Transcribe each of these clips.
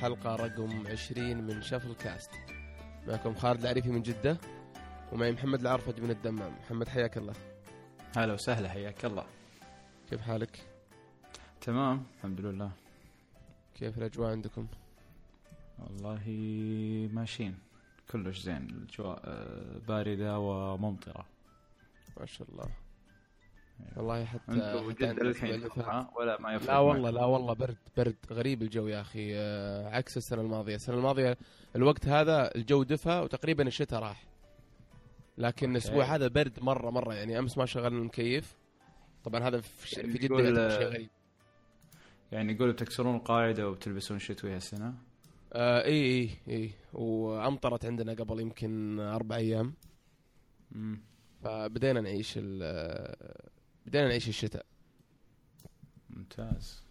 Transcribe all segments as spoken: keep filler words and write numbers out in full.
الحلقة رقم عشرين من شفل كاست. معكم خالد العريفي من جدة، ومعي محمد العرفج من الدمام. محمد حياك الله. هلا وسهلا، حياك الله. كيف حالك؟ تمام الحمد لله. كيف الأجواء عندكم؟ والله ماشيين كلش زين، الأجواء باردة وممطرة ما شاء الله. والله حتى انتوا جد الحين ولا ما يفرق؟ لا والله لا والله برد برد غريب الجو يا أخي، عكس السنة الماضية. السنة الماضية الوقت هذا الجو دفى وتقريبا الشتاء راح، لكن الأسبوع هذا برد مرة مرة. يعني أمس ما شغلنا المكيف، طبعا هذا في يعني جدة شيء غريب. يعني يقولوا بتكسرون القاعدة وبتلبسون شتوي هالسنة. آه اي اي اي وامطرت عندنا قبل يمكن اربع ايام. امم فبدينا نعيش ال بدينا نعيش الشتاء. ممتاز.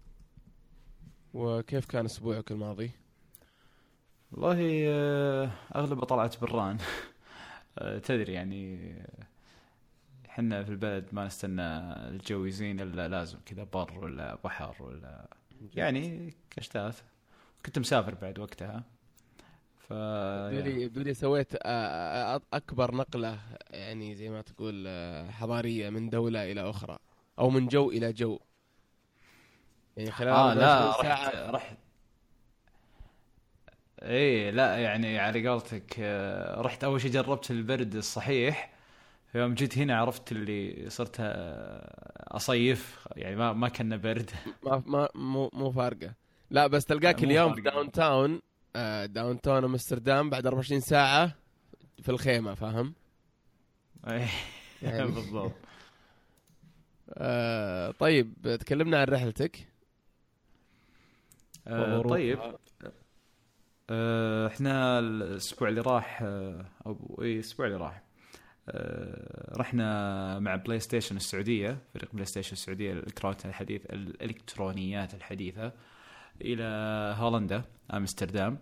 وكيف كان اسبوعك الماضي؟ والله اغلب طلعت بران. تدري يعني حنا في البلد ما نستنى الجو يزين الا لازم كذا بر ولا بحر ولا يعني كشتات. كنت مسافر بعد وقتها، ف بدي بدي سويت اكبر نقله، يعني زي ما تقول حضاريه، من دوله الى اخرى او من جو الى جو. يعني خلال آه لا ساعة رحت رحت ايه لا يعني على قولتك، رحت اول شيء جربت البرد الصحيح. يوم جيت هنا عرفت اللي صرت اصيف، يعني ما ما كنا برد. ما ما مو مو فارقه. لا بس تلقاك اليوم في داون تاون آه داون تاون امستردام بعد أربعة وعشرين ساعة في الخيمة، فاهم؟ يعني بالضبط. آه طيب تكلمنا عن رحلتك. آه طيب آه احنا الاسبوع اللي راح آه او اي الاسبوع اللي راح آه رحنا مع بلاي ستيشن السعودية، فريق بلاي ستيشن السعودية الالكترونيات الحديث الالكترونيات الحديثة، الى هولندا امستردام.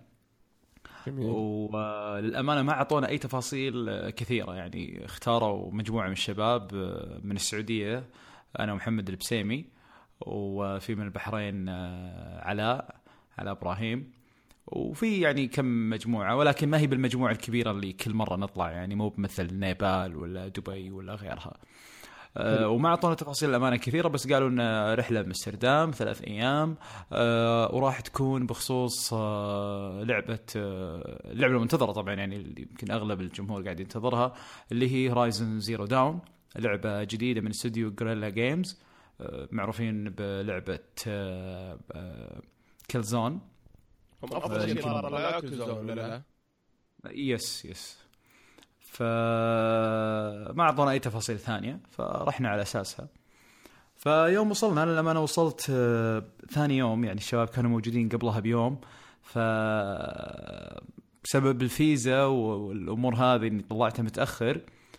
وللأمانة ما عطونا أي تفاصيل كثيرة، يعني اختاروا مجموعة من الشباب من السعودية، أنا ومحمد البسيمي، وفي من البحرين علاء علاء إبراهيم، وفي يعني كم مجموعة، ولكن ما هي بالمجموعة الكبيرة اللي كل مرة نطلع، يعني مو بمثل نيبال ولا دبي ولا غيرها. أه وما أعطونا تفاصيل الأمانة كثيرة، بس قالوا لنا رحلة أمستردام ثلاث أيام، أه وراح تكون بخصوص أه لعبة أه اللعبة المنتظرة طبعا، يعني اللي يمكن أغلب الجمهور قاعد ينتظرها، اللي هي هورايزن زيرو داون، لعبة جديدة من استوديو غوريلا جيمز، أه معروفين بلعبة أه أه كيلزون. هم أفضل شيء طلعوا كيلزون ولا لا؟ يس يس فما أعطونا أي تفاصيل ثانية، فرحنا على أساسها. فيوم وصلنا، أنا لما أنا وصلت ثاني يوم، يعني الشباب كانوا موجودين قبلها بيوم، فبسبب الفيزا والأمور هذه إني طلعتها متأخر،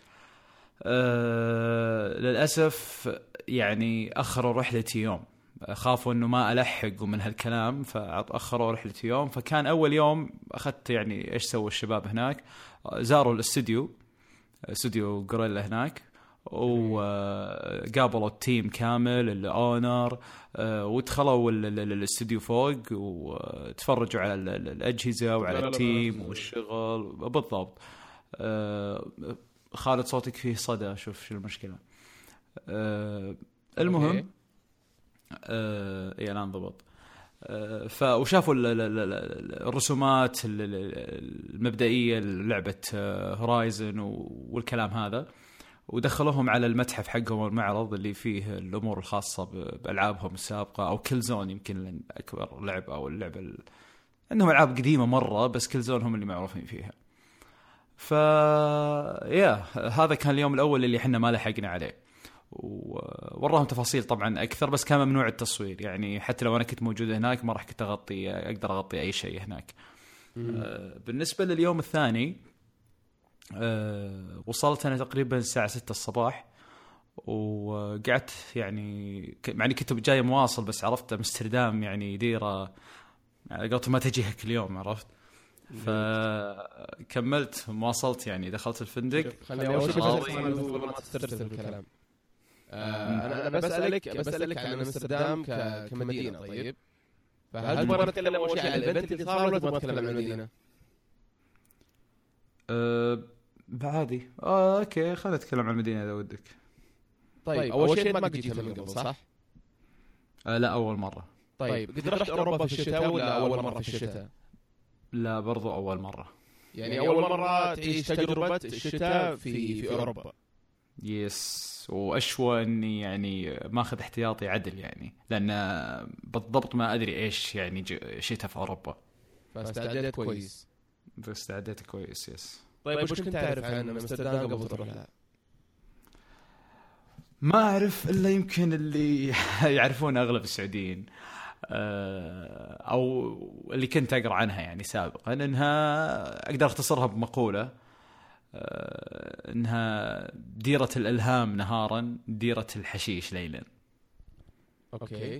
أه للأسف يعني أخروا رحلتي يوم، خافوا إنه ما ألحق ومن هالكلام، فأخروا رحلتي يوم. فكان أول يوم أخذت يعني إيش سووا الشباب هناك، زاروا الاستوديو استوديو غوريلا هناك، وقابلوا التيم كامل الأونر، ودخلوا الاستوديو فوق وتفرجوا على الأجهزة وعلى التيم والشغل. بالضبط. خالد صوتك فيه صدى، شوف شو المشكلة. المهم ايه الان ضبط. فوشافوا الرسومات المبدئية للعبة هورايزن والكلام هذا، ودخلوهم على المتحف حقهم المعرض اللي فيه الأمور الخاصة بألعابهم السابقة، أو كيلزون يمكن أكبر لعبة، أو اللعبة ال... عندهم ألعاب قديمة مرة بس كيلزون هم اللي معروفين فيها. ف يا هذا كان اليوم الأول اللي حنا ما لحقنا عليه، ووراهم تفاصيل طبعا أكثر، بس كان ممنوع التصوير، يعني حتى لو أنا كنت موجود هناك ما راح كنت أغطي أقدر أغطي أي شيء هناك. آه بالنسبة لليوم الثاني، آه وصلت أنا تقريبا الساعة ستة الصباح، وقعدت يعني معني كنت جاي مواصل، بس عرفت أمستردام يعني ديرة يعني قلت ما تجيها كل يوم، عرفت. فكملت مواصلت، يعني دخلت الفندق. خليني أول شيء ما تسترسل الكلام. آه أنا أنا بسألك بسألك عن أمستردام كمدينة. طيب فهل تبغى نتكلم اول شيء عن الايفنت اللي صار ولا تبغى نتكلم عن المدينه؟ أه بعادي آه اوكي خلينا نتكلم عن المدينه اذا ودك. طيب اول شيء ما قد جيتها من قبل صح؟ أه لا اول مره. طيب قد رحت اوروبا في الشتاء ولا اول مره في الشتاء؟ لا برضو اول مره. يعني اول مره تعيش تجربه الشتاء في في اوروبا. يس واشوى اني يعني ماخذ احتياطي عدل يعني لان بالضبط ما ادري ايش يعني شتاء في اوروبا. فاستعديت كويس. فاستعديت كويس يس. طيب وش كنت تعرف عن امستردام قبل تروح لها؟ ما اعرف الا يمكن اللي يعرفون اغلب السعوديين او اللي كنت اقرا عنها يعني سابقا انها اقدر اختصرها بمقوله انها ديرة الالهام نهارا ديرة الحشيش ليلا. اوكي.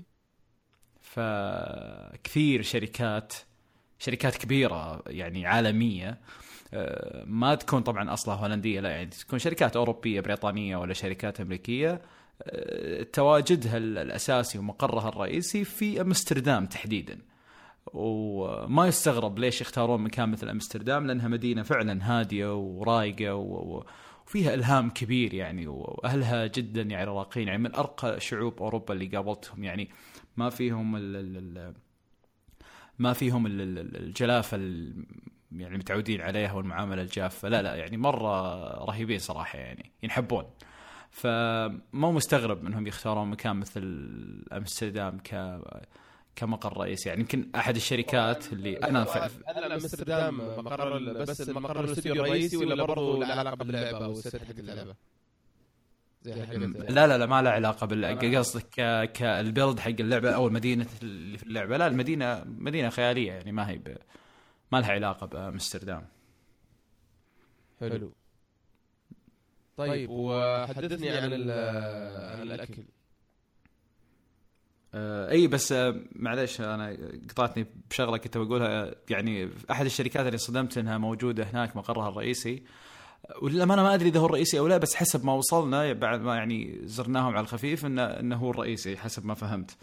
فكثير شركات شركات كبيره يعني عالميه ما تكون طبعا اصلها هولنديه لا يعني تكون شركات اوروبيه بريطانيه ولا شركات امريكيه تواجدها الاساسي ومقرها الرئيسي في امستردام تحديدا. وما يستغرب ليش يختارون مكان مثل امستردام لانها مدينه فعلا هاديه ورايقه وفيها الهام كبير يعني واهلها جدا يعني راقين يعني من ارقى شعوب اوروبا اللي قابلتهم يعني ما فيهم ال ال ما فيهم الجلافه يعني متعودين عليها والمعامله الجافه لا لا يعني مره رهيبين صراحه يعني ينحبون. فما مستغرب منهم يختارون مكان مثل امستردام ك كمقر رئيسي يعني يمكن احد الشركات اللي انا ف... هذا امستردام مقر بس المقر الاستوديو الرئيسي ولا برضه له علاقه باللعبه او الست حق اللعبه زي لا لا لا ما له علاقه بال قصدك ك كالبيلد حق اللعبه او المدينه اللي في اللعبه لا المدينه مدينه خياليه يعني ما هي ب... ما لها علاقه بامستردام. حلو. طيب وحدثني عن عن الاكل. آه اي بس آه معليش انا قطعتني بشغله كنت بقولها يعني احد الشركات اللي صدمت انها موجوده هناك مقرها الرئيسي وللامانه ما ادري اذا هو الرئيسي او لا بس حسب ما وصلنا بعد ما يعني زرناهم على الخفيف انه انه هو الرئيسي حسب ما فهمت.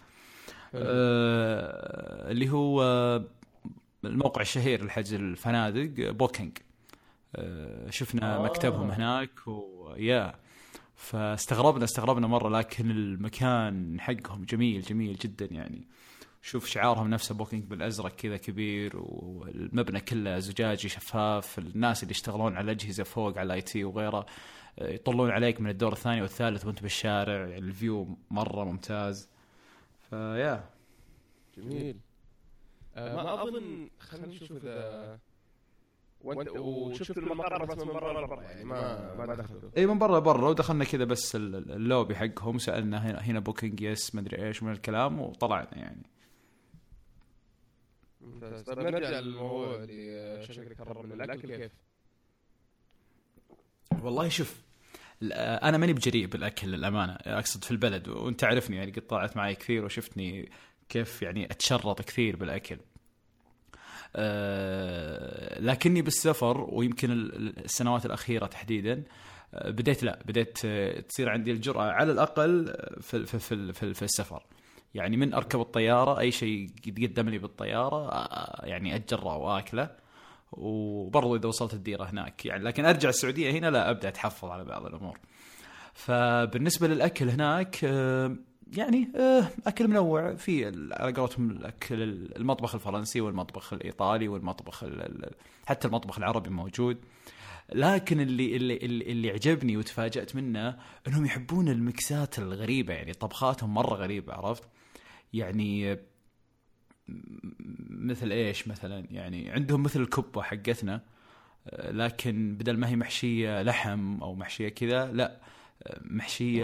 آه اللي هو الموقع الشهير لحجز الفنادق بوكينج. آه شفنا آه. مكتبهم هناك ويا فاستغربنا استغربنا مرة لكن المكان حقهم جميل جميل جدا يعني شوف شعارهم نفسه بوكينج بالأزرق كذا كبير والمبنى كله زجاجي شفاف. الناس اللي يشتغلون على الأجهزة فوق على الاي تي وغيره يطلون عليك من الدور الثاني والثالث وانت بالشارع يعني الفيو مرة ممتاز. فيا جميل. آه ما أظن خلينا نشوف إذا وانت وشفت المقر بس من برا برا يعني ما ما دخلوا اي من برا برا ودخلنا كذا بس اللوبي حقهم سالنا هنا هنا بوكينج يس ما ادري ايش من الكلام وطلعنا يعني. طيب نرجع للموضوع اللي شكلك قرب من الاكل كيف. والله شوف انا ماني بجريء بالاكل للامانه اقصد في البلد وانت عارفني يعني قد طلعت معي كثير وشفتني كيف يعني اتشرط كثير بالاكل. أه لكني بالسفر ويمكن السنوات الأخيرة تحديدا أه بديت لا بديت أه تصير عندي الجرأة على الأقل في في في في, في السفر يعني من أركب الطيارة أي شيء يتقدم لي بالطيارة أه يعني أتجرأ وآكله وبرضو إذا وصلت الديرة هناك يعني لكن أرجع السعودية هنا لا أبدأ أتحفظ على بعض الأمور. فبالنسبة للأكل هناك أه يعني أكل منوع في على قولتهم الأكل المطبخ الفرنسي والمطبخ الإيطالي والمطبخ حتى المطبخ العربي موجود. لكن اللي اللي اللي عجبني وتفاجأت منه إنهم يحبون المكسات الغريبة يعني طبخاتهم مرة غريبة عرفت يعني مثل إيش مثلا يعني عندهم مثل الكبة حقتنا لكن بدل ما هي محشية لحم أو محشية كذا لا محشية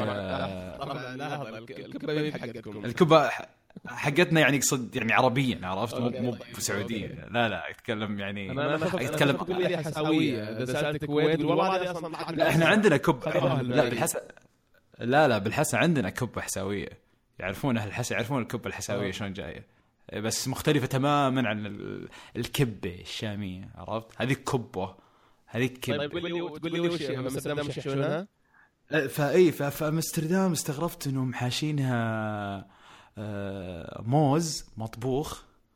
الكبة حقتكم الكبة حقتنا يعني قصد يعني عربيا عرفت مو مو في سعودية لا لا أتكلم يعني أنا أتكلم تقول لي حساوية إذا سألت الكويت والله هذه أصلا لا إحنا عندنا كبة لا بالحسن لا لا بالحسن عندنا كبة حساوية يعرفون أهل الحسن يعرفون الكبة الحساوية شلون جاية بس مختلفة تماما عن الكبة الشامية عرفت هذه كبة هذه كبة. طيب تقول لي تقول لي وش أمستردام مش يحشونها فاي فامستردام استغربت انهم حاشينها موز مطبوخ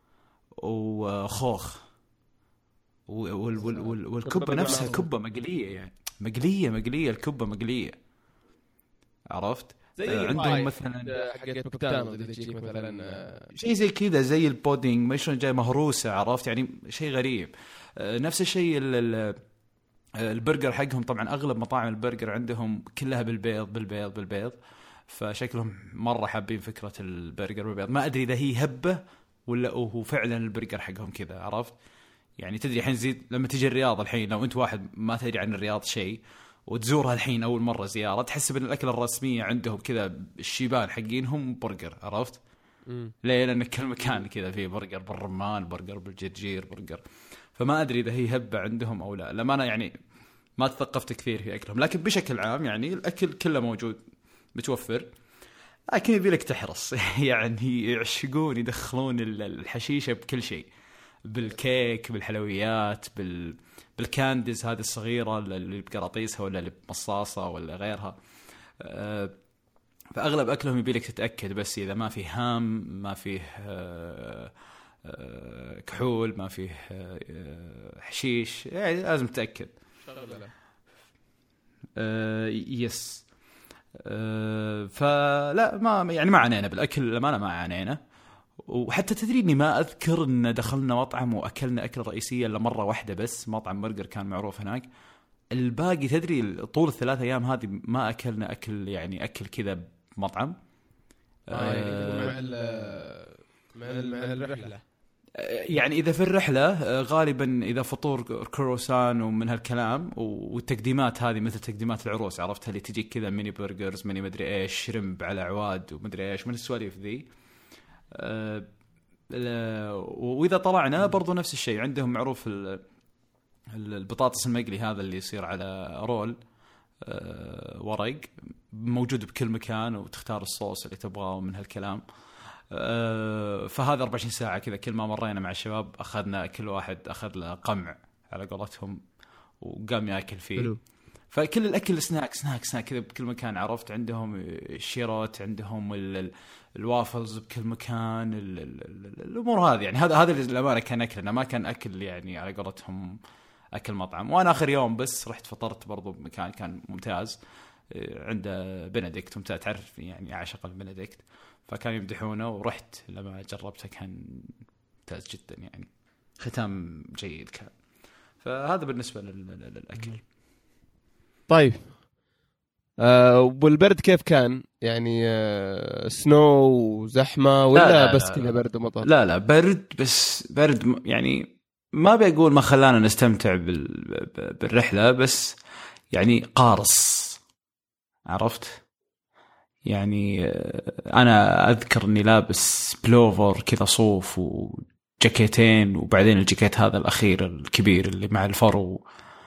وخوخ وال وال وال والكبه نفسها كبه مقليه يعني مقليه مقليه الكبه مقليه عرفت. زي عندهم مثلا حقت بكتان تجيك مثلا شيء زي كذا زي البودينج ما شلون جاي مهروسه عرفت يعني شيء غريب. نفس الشيء البرجر حقهم طبعا اغلب مطاعم البرجر عندهم كلها بالبيض بالبيض بالبيض فشكلهم مره حابين فكره البرجر بالبيض. ما ادري اذا هي هبه ولا هو فعلا البرجر حقهم كذا عرفت يعني. تدري الحين زيد لما تجي الرياض الحين لو انت واحد ما تدري عن الرياض شيء وتزورها الحين اول مره زياره تحسب ان الاكله الرسميه عندهم كذا الشيبان حقينهم برجر عرفت. مم. ليه؟ لان كل مكان كذا فيه برجر بالرمان برجر بالجرجير برجر. فما ادري اذا هي هبه عندهم او لا. لما انا يعني ما تثقفت كثير في اكلهم لكن بشكل عام يعني الاكل كله موجود متوفر لكن يبي لك تحرص يعني يعشقون يدخلون الحشيشه بكل شيء بالكيك بالحلويات بال بالكانديز هذه الصغيره اللي بقراطيسها ولا اللي بمصاصه ولا غيرها. أه فاغلب اكلهم يبي لك تتاكد بس اذا ما فيه هام ما فيه أه أه كحول ما فيه أه حشيش يعني لازم تتاكد. أه يس أه فلا ما يعني ما عانينا بالاكل لما انا ما عانينا. وحتى تدري اني ما اذكر ان دخلنا مطعم واكلنا اكل رئيسيه الا مره واحده بس مطعم برجر كان معروف هناك. الباقي تدري طول الثلاث ايام هذه ما اكلنا اكل يعني اكل كذا بمطعم. آه يعني مع مع الرحله يعني اذا في الرحله غالبا اذا فطور كروسان ومن هالكلام والتقديمات هذه مثل تقديمات العروس عرفتها اللي تجيك كذا ميني برجرز ميني مدري ايش شرمب على عواد ومدري ايش من السواليف ذي. أه واذا طلعنا برضو نفس الشيء عندهم معروف البطاطس المقلي هذا اللي يصير على رول أه ورق موجود بكل مكان وتختار الصوص اللي تبغاه من هالكلام. أه فهذا أربعة وعشرين ساعة كذا كل ما مرينا مع الشباب أخذنا كل واحد أخذ له قمع على قولتهم وقام يأكل فيه. حلو. فكل الأكل سناك سناك سناك كذا بكل مكان عرفت. عندهم الشيروت عندهم الوافلز بكل مكان الأمور هذه يعني. هذا هذا الأمانة كان أكلنا ما كان أكل يعني على قولتهم أكل مطعم. وأنا آخر يوم بس رحت فطرت برضو بمكان كان ممتاز عنده بنديكت ممتاز تعرف يعني عاشق البنديكت فكان يمدحونه ورحت لما جربته كان ممتاز جدا يعني ختام جيد كان. فهذا بالنسبة للأكل. طيب آه والبرد كيف كان يعني آه سنو وزحمة ولا لا لا بس كذا برد ومطر؟ لا لا برد بس برد يعني ما بيقول ما خلانا نستمتع بالرحلة بس يعني قارص عرفت يعني. أنا أذكر أني لابس بلوفر كذا صوف وجاكيتين وبعدين الجاكيت هذا الأخير الكبير اللي مع الفرو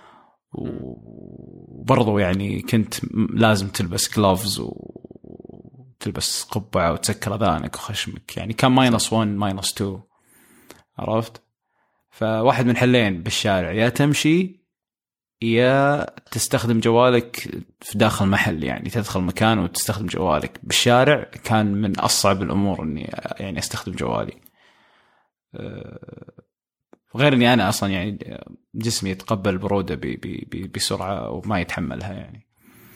وبرضو يعني كنت لازم تلبس جلوفز وتلبس قبعة وتسكر أذانك وخشمك يعني كان ماينس وان ماينس تو عرفت. فواحد من حلين بالشارع يا تمشي يا تستخدم جوالك في داخل محل يعني تدخل مكان وتستخدم جوالك. بالشارع كان من أصعب الأمور إني يعني أستخدم جوالي غير إني أنا أصلا يعني جسمي يتقبل برودة بسرعة وما يتحملها يعني.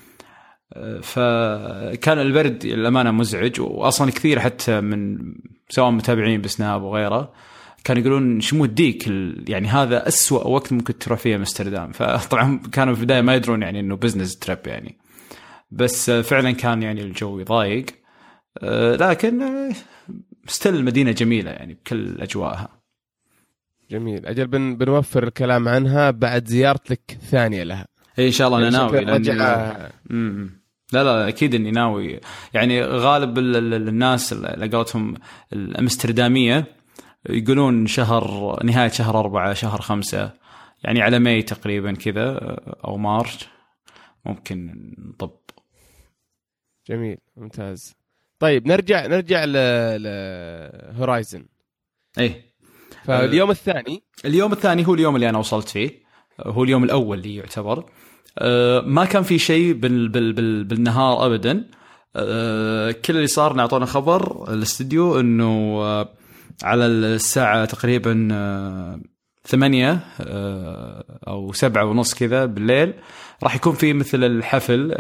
فكان البرد الأمانة مزعج. وأصلا كثير حتى من سواء متابعين بسناب وغيره كانوا يقولون شو موديك يعني هذا أسوأ وقت ممكن تروح فيه أمستردام. فطبعا كانوا في البداية ما يدرون يعني إنه بزنس تريب يعني بس فعلا كان يعني الجو يضايق لكن ستيل مدينة جميلة يعني بكل أجواءها. جميل. أجل بن بنوفر الكلام عنها بعد زيارتك ثانية لها. إيه إن شاء الله أنا ناوي لأن... لا لا أكيد إني ناوي يعني. غالب الناس اللي قالتهم الأمستردامية يقولون شهر نهاية شهر أربعة شهر خمسة يعني على ماي تقريبا كذا أو مارس ممكن نطب. جميل ممتاز. طيب نرجع نرجع لهورايزن. إيه فاليوم الثاني اليوم الثاني هو اليوم اللي أنا وصلت فيه هو اليوم الأول اللي يعتبر أه ما كان في شيء بال بال بال بالنهار أبدا. أه كل اللي صار نعطونا خبر الاستديو إنه أه على الساعة تقريبا ثمانية أو سبعة ونص كذا بالليل راح يكون في مثل الحفل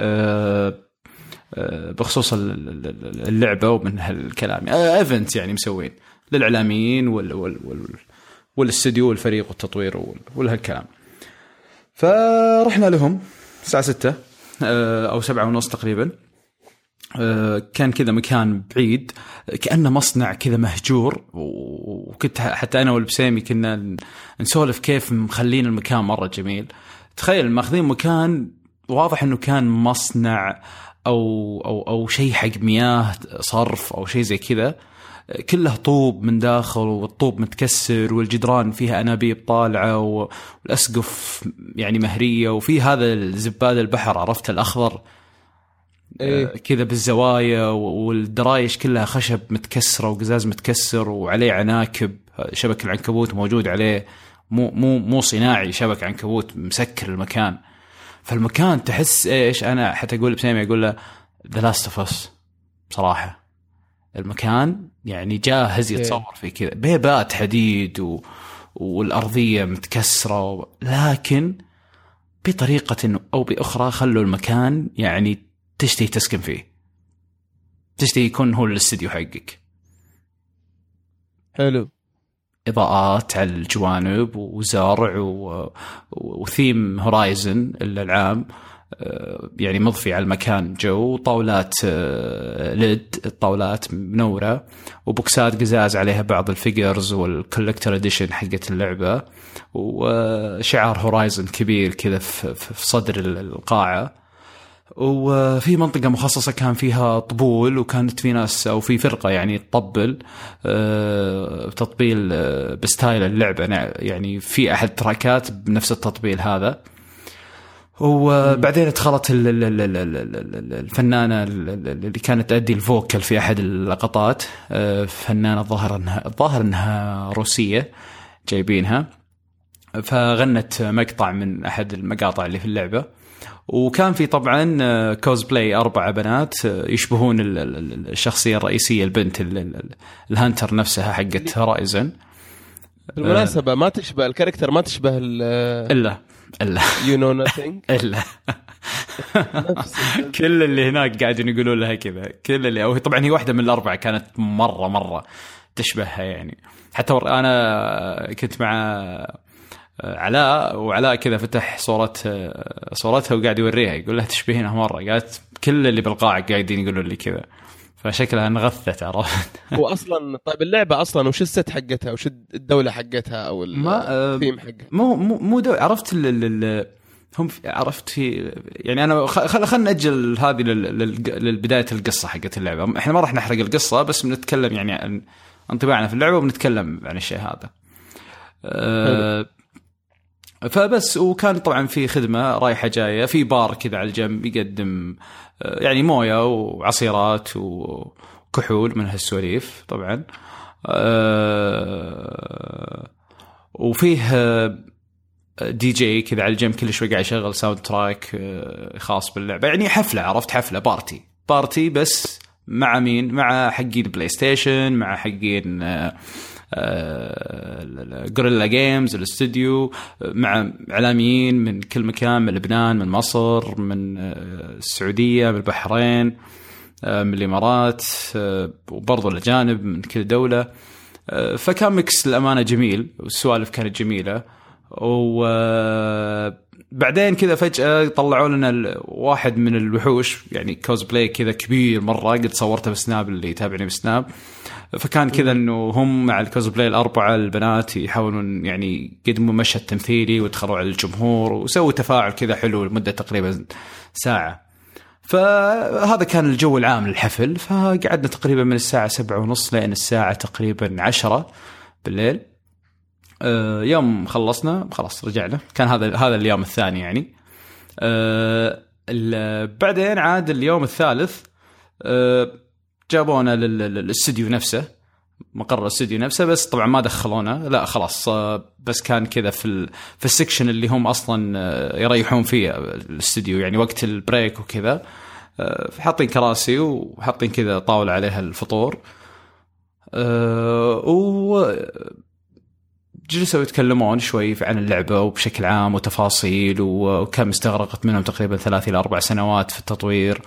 بخصوص اللعبة ومن هالكلام ايفنت يعني مسوين للإعلاميين وال وال وال والاستديو والفريق والتطوير والهالكلام. فرحنا لهم الساعة ستة أو سبعة ونص تقريبا. كان كذا مكان بعيد كأنه مصنع كذا مهجور، وكنت حتى أنا والبسامي كنا نسولف كيف مخلين المكان مرة جميل. تخيل ماخذين مكان واضح إنه كان مصنع أو أو أو شيء حق مياه صرف أو شيء زي كذا، كله طوب من داخل والطوب متكسر والجدران فيها أنابيب طالعة والأسقف يعني مهرية، وفي هذا الزباد البحر عرفت الأخضر إيه؟ كذا بالزوايا، والدرايش كلها خشب متكسرة وقزاز متكسر وعليه عناكب شبك العنكبوت موجود عليه، مو مو مو صناعي، شبك عنكبوت مسكر المكان. فالمكان تحس إيش، أنا حتى أقول بسامي أقول له The Last of Us بصراحة المكان يعني جاهز يتصور فيه كذا، بيبات حديد و... والأرضية متكسرة، لكن بطريقة أو بأخرى خلوا المكان يعني تشتهي تسكن فيه، تشتهي يكون هو الاستديو حقك. حلو، إضاءات على الجوانب وزرع و... وثيم هورايزن العام يعني مضفي على المكان جو، طاولات ليد، الطاولات منورة، وبوكسات قزاز عليها بعض الفيجرز والكولكتر اديشن حقت اللعبة، وشعار هورايزن كبير كذا في صدر القاعة. وفي منطقة مخصصة كان فيها طبول، وكانت في ناس أو في فرقة يعني تطبل تطبيل بستايل اللعبة، يعني في أحد تراكات بنفس التطبيل هذا. وبعدين ادخلت الفنانة اللي كانت تأدي الفوكل في أحد اللقطات، فنانة الظاهر أنها الظاهر أنها روسية جايبينها، فغنت مقطع من أحد المقاطع اللي في اللعبة. وكان في طبعا كوزبلاي أربعة بنات يشبهون الشخصية الرئيسية البنت الهانتر نفسها حقت هورايزن. بالمناسبة ما تشبه الكاركتر، ما تشبه إلا إلا you know nothing إلا كل اللي هناك قاعدين يقولون لها كذا، كل اللي أو طبعا هي واحدة من الأربعة كانت مرة مرة تشبهها يعني. حتى أنا كنت مع علاء، وعلاء كذا فتح صورة صورتها وقاعد يوريها يقول لها تشبهينها مرة، قالت كل اللي بالقاعة قاعدين يقولون لي كذا، فشكلها انغثت عرفت. واصلا طيب اللعبه اصلا وش الست حقتها وش الدوله حقتها او الثيم حقها؟ مو مو مو عرفت ال ال هم عرفت في يعني انا خل خلينا ناجل هذه للبدايه القصه حقت اللعبه. احنا ما راح نحرق القصه، بس بنتكلم يعني عن انطباعنا في اللعبه وبنتكلم عن الشيء هذا. أه فبس وكان طبعا في خدمه رايحه جايه في بار كذا على الجنب يقدم يعني مويه وعصيرات وكحول من هالسواليف طبعا. أه وفيه دي جي كذا على الجنب كل شوي قاعد يشغل ساوند تراك خاص باللعبه، يعني حفله عرفت، حفله بارتي بارتي بس مع مين؟ مع حقين بلاي ستيشن، مع حقين غوريلا جيمز الاستوديو، مع اعلاميين من كل مكان، من لبنان، من مصر، من السعوديه، من البحرين، من الامارات، وبرضه الاجانب من كل دوله. فكان ميكس الامانه جميل، والسوالف كانت جميله. وبعدين كذا فجاه طلعوا لنا واحد من الوحوش يعني كوزبلاي كذا كبير مره، قد صورته بسناب اللي يتابعني بسناب. فكان كذا انه هم مع الكوزبلاي الاربعه البنات يحاولون يعني يقدموا مشهد تمثيلي ويدخلوا على الجمهور وسووا تفاعل كذا حلو لمده تقريبا ساعه. فهذا كان الجو العام للحفل. فقعدنا تقريبا من الساعه سبعة ونص لين الساعه تقريبا عشرة بالليل. يوم خلصنا خلاص رجعنا، كان هذا هذا اليوم الثاني يعني. بعدين عاد اليوم الثالث جابونا للاستديو نفسه، مقر الاستديو نفسه، بس طبعا ما دخلونا، لا خلاص بس كان كذا في في السكشن اللي هم اصلا يريحون فيه الاستديو يعني وقت البريك وكذا. حاطين كراسي وحاطين كذا طاولة عليها الفطور. أه و جلسوا يتكلمون شوي عن اللعبة وبشكل عام وتفاصيل، وكم استغرقت منهم تقريبا ثلاث إلى أربع سنوات في التطوير،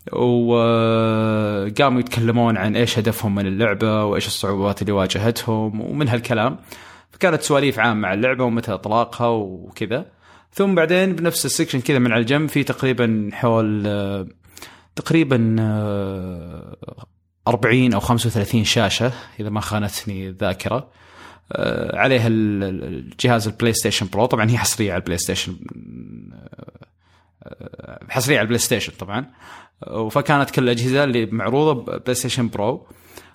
وقاموا يتكلمون عن إيش هدفهم من اللعبة وإيش الصعوبات اللي واجهتهم ومن هالكلام. فكانت سواليف عامة عن اللعبة ومتى إطلاقها وكذا. ثم بعدين بنفس السكشن كذا من على الجنب في تقريبا حول تقريبا أربعين أو خمسة وثلاثين شاشة إذا ما خانتني الذاكرة، عليها الجهاز البلاي ستيشن برو. طبعا هي حصرية على البلاي ستيشن، حصرية على البلاي ستيشن طبعا. فكانت كل الأجهزة اللي معروضة بلاي ستيشن برو،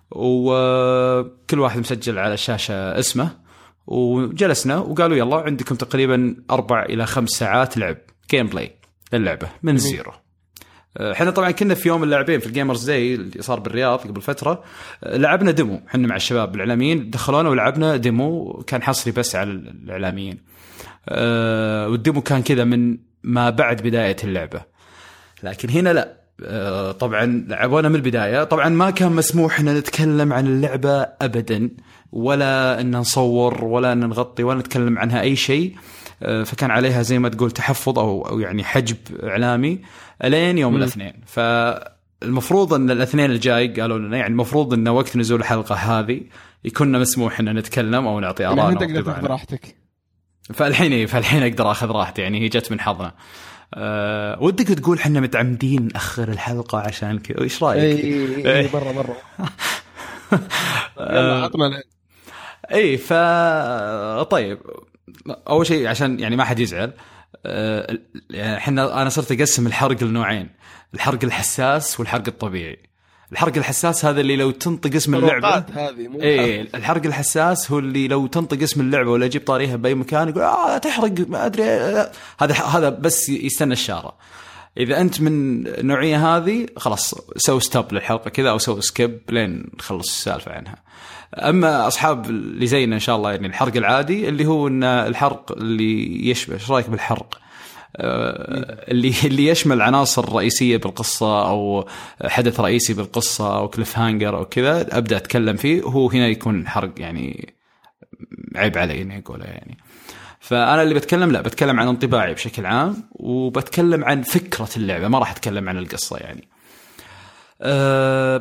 وكل واحد مسجل على الشاشة اسمه. وجلسنا وقالوا يلا عندكم تقريبا أربع إلى خمس ساعات لعب جيم بلاي للعبة من الزيرو. احنا طبعا كنا في يوم اللاعبين في الجيمرز داي اللي صار بالرياض قبل فترة، لعبنا ديمو احنا مع الشباب الاعلاميين، دخلونا ولعبنا ديمو كان حصري بس على الاعلاميين. أه والديمو كان كذا من ما بعد بداية اللعبة. لكن هنا لا، أه طبعا لعبونا من البداية. طبعا ما كان مسموح ان نتكلم عن اللعبة ابدا، ولا ان نصور ولا ان نغطي ولا نتكلم عنها اي شيء. فكان عليها زي ما تقول تحفظ أو, أو يعني حجب إعلامي لين يوم م. الاثنين. فالمفروض أن الاثنين الجاي قالوا لنا يعني المفروض أن وقت نزول الحلقة هذه يكون مسموح أن نتكلم أو نعطي آراءنا. يعني تقدر تاخذ راحتك. فالحين فالحين أقدر أخذ راحتي، يعني هي جت من حظنا. أه ودك تقول حنا متعمدين نأخر الحلقة عشان كذا، إيش رأيك؟ إيه إيه مرة مرة. يلا عطنا. إيه ف طيب أول شيء عشان يعني ما حد يزعل، أه احنا أنا صرت أقسم الحرق لنوعين، الحرق الحساس والحرق الطبيعي. الحرق الحساس هذا اللي لو تنطق اسم اللعبة، ايه الحرق الحساس هو اللي لو تنطق اسم اللعبة ولا يجيب طاريها بأي مكان يقول اه تحرق ما أدري، هذا هذا بس يستنى الشارة. إذا أنت من النوعية هذه خلاص سوي ستوب للحلقة كذا أو سوي سكيب لين نخلص السالفة عنها. أما أصحاب اللي زينا إن شاء الله يعني الحرق العادي اللي هو إن الحرق اللي يشبه، إيش رأيك بالحرق اللي اللي يشمل عناصر رئيسية بالقصة أو حدث رئيسي بالقصة أو كليف هانجر أو كذا أبدأ أتكلم فيه، هو هنا يكون حرق يعني عيب علي إني أقوله يعني. فأنا اللي بتكلم لا بتكلم عن انطباعي بشكل عام، وبتكلم عن فكرة اللعبة، ما راح أتكلم عن القصة يعني. أه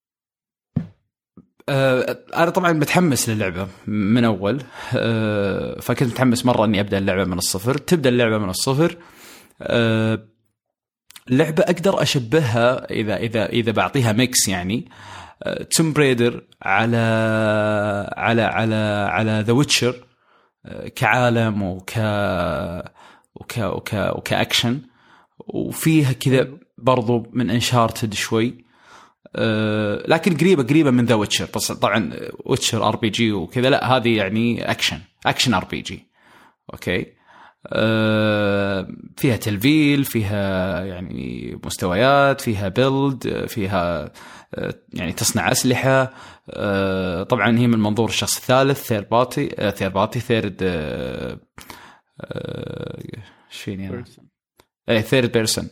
أه أنا طبعا متحمس للعبة من أول، أه فكنت متحمس مرة أني أبدأ اللعبة من الصفر. تبدأ اللعبة من الصفر. أه اللعبة أقدر أشبهها إذا إذا إذا بعطيها ميكس يعني توم بريدر على على على على ذا ويتشر كعالم وك وك وك وكأكشن، وفيها كذا برضو من انشارتد شوي، أه لكن قريبة قريبة من ذا ويتشر. بس طبعا ويتشر ار بي جي وكذا، لا هذه يعني أكشن أكشن ار بي جي. أوكي. أه فيها تلفيل، فيها يعني مستويات، فيها بيلد، فيها أه يعني تصنع أسلحة. أه طبعا هي من منظور الشخص الثالث، ثيرد بارتي ثيرد بارتي ثيرد ايش فيني انا اي ثيرد بيرسون.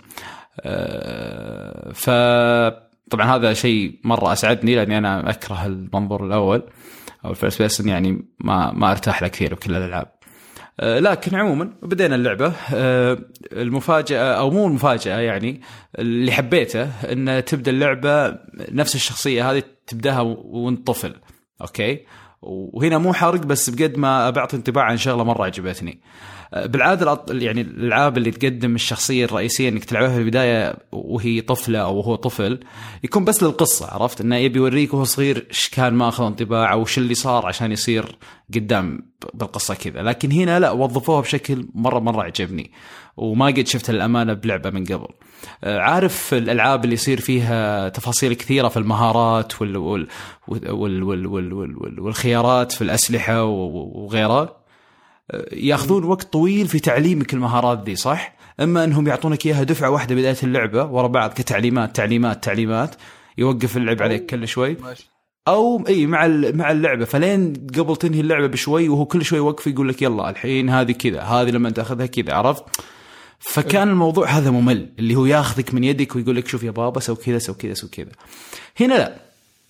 فطبعا هذا شيء مرة أسعدني لأني أنا أكره المنظور الأول أو الفيرست بيرسون، يعني ما ما أرتاح له كثير بكل الألعاب. لكن عموما بدينا اللعبة. المفاجأة أو مو المفاجأة يعني اللي حبيته أن تبدأ اللعبة نفس الشخصية هذه تبدأها وانت طفل. أوكي. وهنا مو حرق بس بقد ما بعطي انطباع عن شغلة مرة عجبتني. بالعادة يعني الألعاب اللي تقدم الشخصية الرئيسية إنك تلعبها في البداية وهي طفلة أو هو طفل يكون بس للقصة، عرفت إنه يبي يوريك وهو صغير إيش كان ما أخذ انطباع أو شو اللي صار عشان يصير قدام بالقصة كذا. لكن هنا لا، وظفوها بشكل مرة مرة عجبني وما قد شفت الأمانة بلعبة من قبل. عارف الألعاب اللي يصير فيها تفاصيل كثيرة في المهارات وال وال وال وال وال وال والخيارات في الأسلحة وغيرها، ياخذون وقت طويل في تعليمك المهارات دي، صح؟ اما انهم يعطونك اياها دفعه واحده بدايه اللعبه ورا بعض كتعليمات تعليمات تعليمات، يوقف اللعب عليك كل شوي، او اي مع مع اللعبه فلين قبل تنهي اللعبه بشوي وهو كل شوي يوقف يقول لك يلا الحين هذه كذا، هذه لما تاخذها كذا، عرفت؟ فكان الموضوع هذا ممل، اللي هو ياخذك من يدك ويقول لك شوف يا بابا سو كذا سو كذا سو كذا. هنا لا،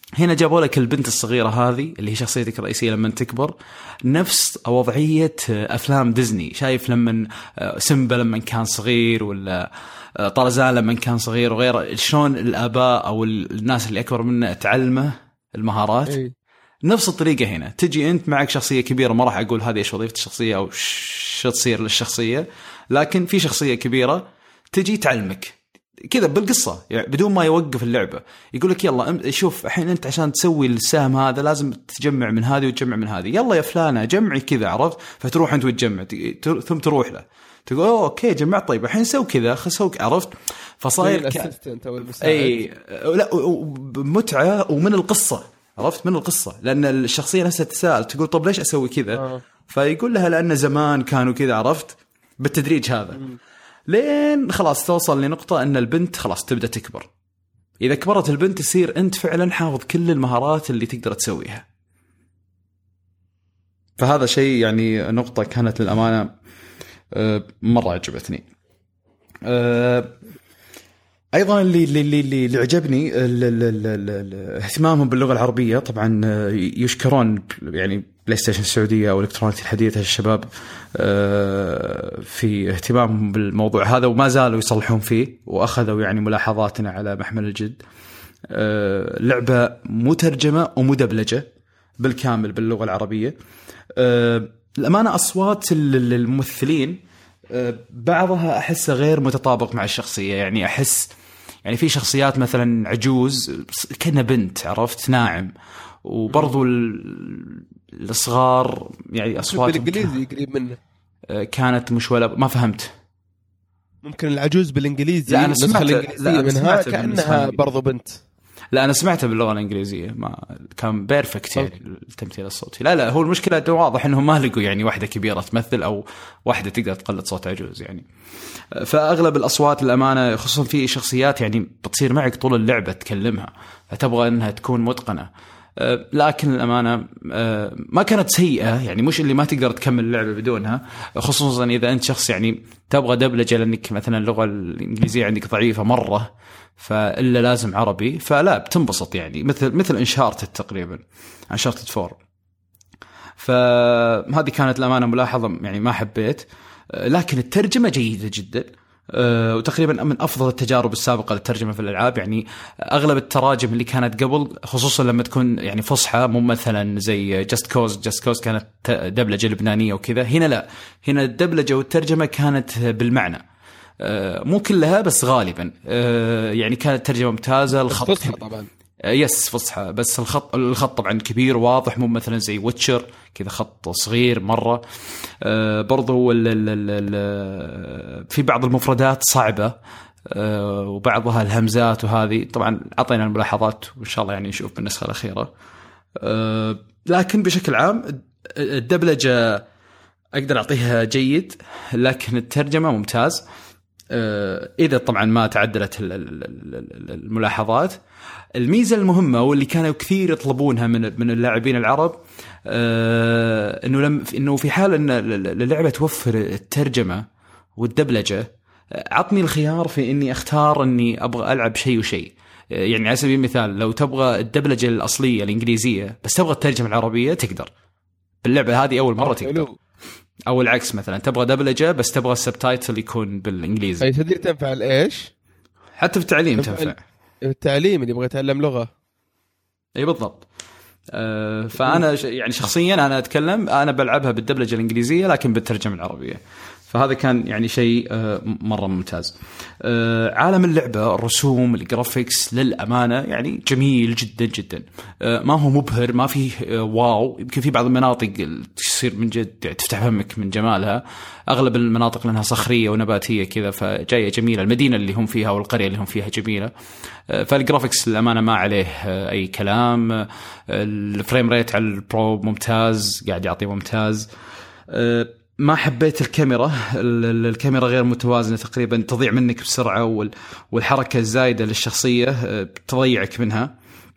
هنا جابوا لك البنت الصغيرة هذه اللي هي شخصيتك الرئيسية لما تكبر، نفس وضعية أفلام ديزني. شايف لما سيمبا لما كان صغير، ولا طرزان لما كان صغير وغيره، شلون الآباء أو الناس اللي أكبر منه تعلمه المهارات. إيه. نفس الطريقة هنا، تجي أنت معك شخصية كبيرة، ما راح أقول هذه إيش وظيفة الشخصية أو شو تصير للشخصية، لكن في شخصية كبيرة تجي تعلمك كذا بالقصة، يعني بدون ما يوقف اللعبة، يقول لك يلا شوف الحين أنت عشان تسوي السهم هذا لازم تجمع من هذه وتجمع من هذه، يلا يا فلانة جمعي كذا، عرفت؟ فتروح أنت وتجمع، ثم تروح له تقول أوه أوكي جمعت، طيب الحين سوي كذا خسوك، عرفت؟ فصاير ك... أي لا متعة ومن القصة، عرفت؟ من القصة، لأن الشخصية نفسها تسأل تقول طب ليش أسوي كذا؟ آه. فيقول لها لأن زمان كانوا كذا، عرفت؟ بالتدريج هذا م. لين خلاص توصل لنقطة أن البنت خلاص تبدأ تكبر. إذا كبرت البنت تصير أنت فعلا حافظ كل المهارات اللي تقدر تسويها. فهذا شيء يعني نقطة كانت للأمانة مرة عجبتني. أيضا اللي اللي اللي, اللي عجبني اهتمامهم باللغة العربية. طبعا يشكرون يعني بلاي ستيشن السعودية أو إلكترونيك الحديثة الشباب في اهتمامهم بالموضوع هذا، وما زالوا يصلحون فيه، وأخذوا يعني ملاحظاتنا على محمل الجد. لعبة مترجمة ومدبلجة بالكامل باللغة العربية. الأمانة أصوات الممثلين بعضها أحسه غير متطابق مع الشخصية، يعني أحس يعني في شخصيات مثلا عجوز كأنها بنت، عرفت؟ ناعم، وبرضو الصغار يعني أصوات بالإنجليزي قريب منه كانت مش ولا ما فهمت. ممكن العجوز بالإنجليزي، لا أنا سمعت الإنجليزية منها كأنها برضو بنت. لا أنا سمعتها باللغة الإنجليزية، ما كان بيرفكت يعني التمثيل الصوتي. لا لا هو المشكلة واضح إنهم ما لقوا يعني واحدة كبيرة تمثل أو واحدة تقدر تقلد صوت عجوز يعني. فأغلب الأصوات الأمانة خصوصا في شخصيات يعني بتصير معك طول اللعبة تكلمها، فتبغى إنها تكون متقنة. لكن الأمانة ما كانت سيئة، يعني مش اللي ما تقدر تكمل اللعبة بدونها، خصوصا إذا أنت شخص يعني تبغى دبلجة لأنك مثلا اللغة الإنجليزية عندك ضعيفة مرة، فإلا لازم عربي، فلا بتنبسط يعني مثل مثل انشارتد تقريبا، انشارتد فور. فهذه كانت الأمانة ملاحظة يعني ما حبيت، لكن الترجمة جيدة جدا، وتقريبا من أفضل التجارب السابقة للترجمة في الألعاب. يعني أغلب التراجم اللي كانت قبل خصوصا لما تكون يعني فصحى، مو مثلا زي جاست كوز جاست كوز كانت دبلجة لبنانية وكذا، هنا لا، هنا الدبلجة والترجمة كانت بالمعنى، مو كلها بس غالبا يعني كانت ترجمة ممتازة. الخط فصحى طبعا، يس فصحى، بس الخط الخط طبعا كبير واضح، مو مثلا زي ويتشر كذا خط صغير مرة. برضو ال ال ال في بعض المفردات صعبة، وبعضها الهمزات، وهذه طبعا عطينا الملاحظات وإن شاء الله يعني نشوف بالنسخة الأخيرة. لكن بشكل عام الدبلجة أقدر أعطيها جيد، لكن الترجمة ممتاز إذا طبعا ما تعدلت الملاحظات. الميزة المهمة واللي كانوا كثير يطلبونها من من اللاعبين العرب، إنه لم إنه في حال إن اللعبة توفر الترجمة والدبلجة، عطني الخيار في إني أختار إني أبغى ألعب شيء وشيء. يعني على سبيل المثال لو تبغى الدبلجة الأصلية الإنجليزية بس تبغى الترجمة العربية تقدر باللعبة هذه أول مرة تقدر، أو العكس مثلا تبغى دبلجة بس تبغى السبتايتل يكون بالإنجليزي. أي تدري تنفع الإيش؟ حتى في التعليم تنفع, تنفع. التعليم اللي يبغى يتعلم لغة. أي بالضبط. أه فأنا يعني شخصيا أنا أتكلم أنا بلعبها بالدبلجة الإنجليزية لكن بالترجمة العربية، فهذا كان يعني شيء مرة ممتاز. عالم اللعبة، الرسوم، الجرافيكس للأمانة يعني جميل جدا جدا، ما هو مبهر، ما فيه واو، يمكن في بعض المناطق تصير من جد تفتح فمك من جمالها. أغلب المناطق لأنها صخرية ونباتية كذا فجاية جميلة، المدينة اللي هم فيها والقرية اللي هم فيها جميلة. فالجرافيكس للأمانة ما عليه أي كلام. الفريم ريت على البرو ممتاز، قاعد يعطي ممتاز. ما حبيت الكاميرا، الكاميرا غير متوازنة تقريبا، تضيع منك بسرعة، والحركة الزايدة للشخصية تضيعك منها.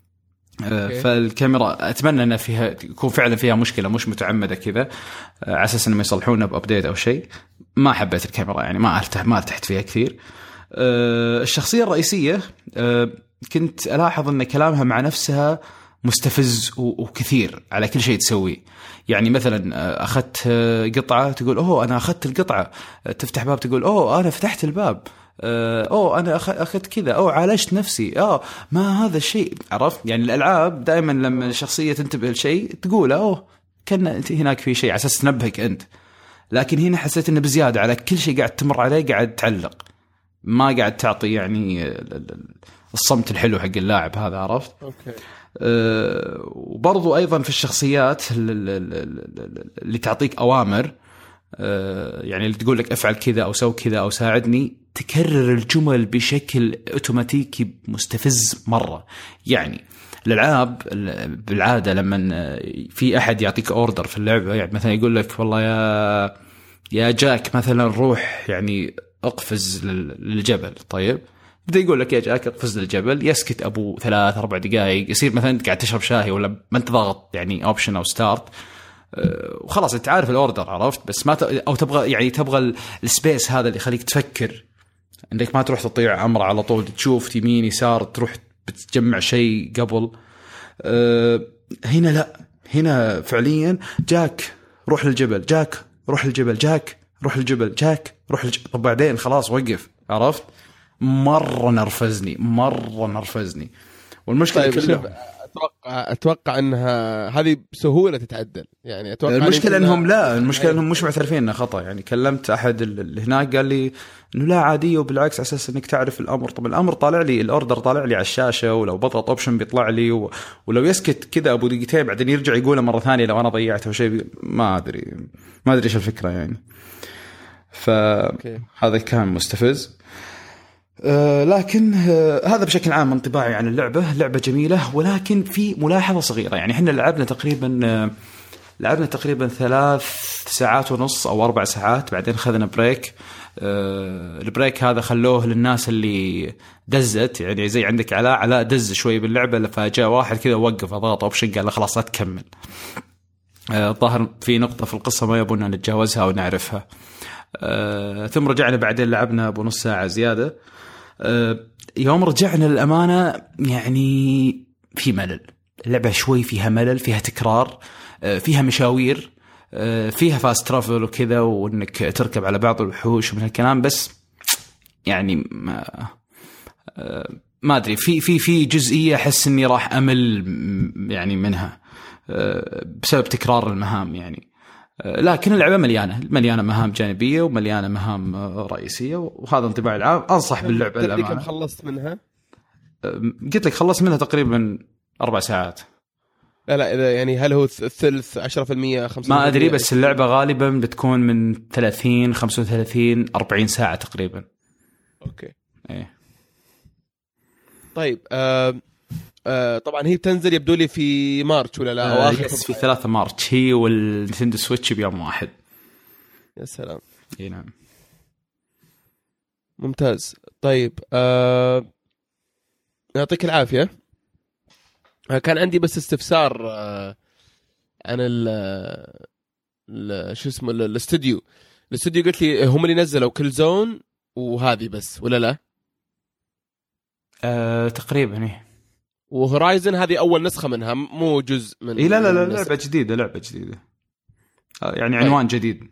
فالكاميرا أتمنى أن فيها يكون فعلا فيها مشكلة مش متعمدة كذا، على أساس أنهم يصلحونها بأبديت أو شيء. ما حبيت الكاميرا يعني ما ارتاح ما ارتحت فيها كثير. الشخصية الرئيسية كنت ألاحظ أن كلامها مع نفسها مستفز وكثير على كل شيء تسويه. يعني مثلا أخذت قطعة تقول أوه أنا أخذت القطعة، تفتح باب تقول أوه أنا فتحت الباب، أوه أنا أخذت كذا، أوه عالجت نفسي، أوه ما هذا الشيء. عرفت يعني الألعاب دائما لما الشخصية تنتبه لشيء تقول أوه كان هناك في شيء على أساس تنبهك أنت. لكن هنا حسيت إنه بزيادة على كل شيء قاعد تمر عليه قاعد تعلق، ما قاعد تعطي يعني الصمت الحلو حق اللاعب هذا. عرفت؟ أوكي. أه وبرضو أيضا في الشخصيات اللي تعطيك أوامر، أه يعني اللي تقول لك افعل كذا أو سوي كذا أو ساعدني، تكرر الجمل بشكل أوتوماتيكي مستفز مرة. يعني الألعاب بالعادة لما في أحد يعطيك أوردر في اللعبة، يعني مثلا يقول لك والله يا يا جاك مثلا روح يعني اقفز للجبل، طيب بدأ يقول لك يا جاك اقفز للجبل، يسكت أبو ثلاث أربع دقائق، يصير مثلا قاعد تشرب شاي ولا ما أنت ضاغط يعني أوبشن أو ستارت وخلاص أنت عارف الأوردر. عرفت؟ بس ما ت... أو تبغى يعني تبغى السبيس هذا اللي يخليك تفكر، عندك ما تروح تطيع أمر على طول، تشوف يمين يسار تروح بتجمع شيء قبل. أه هنا لا، هنا فعليا جاك روح للجبل، جاك روح للجبل، جاك روح للجبل، جاك روح للجبل. طب بعدين خلاص وقف. عرفت؟ مرة نرفزني مرة نرفزني. والمشكلة طيب كلها اتوقع اتوقع انها هذه بسهوله تتعدل. يعني اتوقع المشكله انهم لا المشكله انهم مش معترفين انه خطا. يعني كلمت احد اللي هناك قال لي انه لا عاديه وبالعكس على اساس انك تعرف الامر. طب الامر طالع لي الاوردر طالع لي على الشاشه، ولو بضغط اوبشن بيطلع لي و... ولو يسكت كذا ابو دقيقتين بعدين يرجع يقوله مره ثانيه لو انا ضيعته او شيء. ما ادري ما ادري ايش الفكره يعني. فهذا كان مستفز. أه لكن أه هذا بشكل عام انطباعي عن اللعبة. لعبة جميلة، ولكن في ملاحظة صغيرة. يعني احنا لعبنا تقريبا أه لعبنا تقريبا ثلاث ساعات ونص أو أربع ساعات، بعدين خذنا بريك. أه البريك هذا خلوه للناس اللي دزت، يعني زي عندك علاء علاء دز شوي باللعبة، فجاء واحد كذا وقف ضغط أوبشن قال له خلاص لا تكمل. الظاهر أه في نقطة في القصة ما يبون نتجاوزها أو نعرفها. أه ثم رجعنا بعدين لعبنا بنص ساعة زيادة. يوم رجعنا للأمانة يعني في ملل. اللعبة شوي فيها ملل، فيها تكرار، فيها مشاوير، فيها فاست ترافل وكذا، وإنك تركب على بعض الوحوش ومن هالكلام. بس يعني ما ما أدري في في في جزئية أحس إني راح أمل يعني منها بسبب تكرار المهام يعني. لكن اللعبة مليانة مليانة مهام جانبية ومليانة مهام رئيسية، وهذا انطباع العام. أنصح باللعبة الأمانة. كم خلصت منها؟ قلت لك خلصت منها تقريبا أربع ساعات. لا لا إذا يعني هل هو الثلث عشرة في المية خمسة في المية؟ ما أدري، بس اللعبة غالبا بتكون من ثلاثين خمسة وثلاثين أربعين ساعة تقريبا. أوكي. إيه. طيب آه آه طبعا هي بتنزل يبدو لي في مارش ولا لا؟ آه يس في ثلاثة مارش هي والنينتندو سويتش بيوم واحد. يا سلام. اي نعم. ممتاز. طيب آه يعطيك العافية. آه كان عندي بس استفسار آه عن ال شو اسمه الاستوديو. الاستوديو قلت لي هم اللي نزلوا كل زون وهذه بس ولا لا؟ آه تقريبا ايه. وهورايزن هذه أول نسخة منها مو جزء من إيه لا لا لا لعبة جديدة لعبة جديدة يعني عنوان طيب. جديد.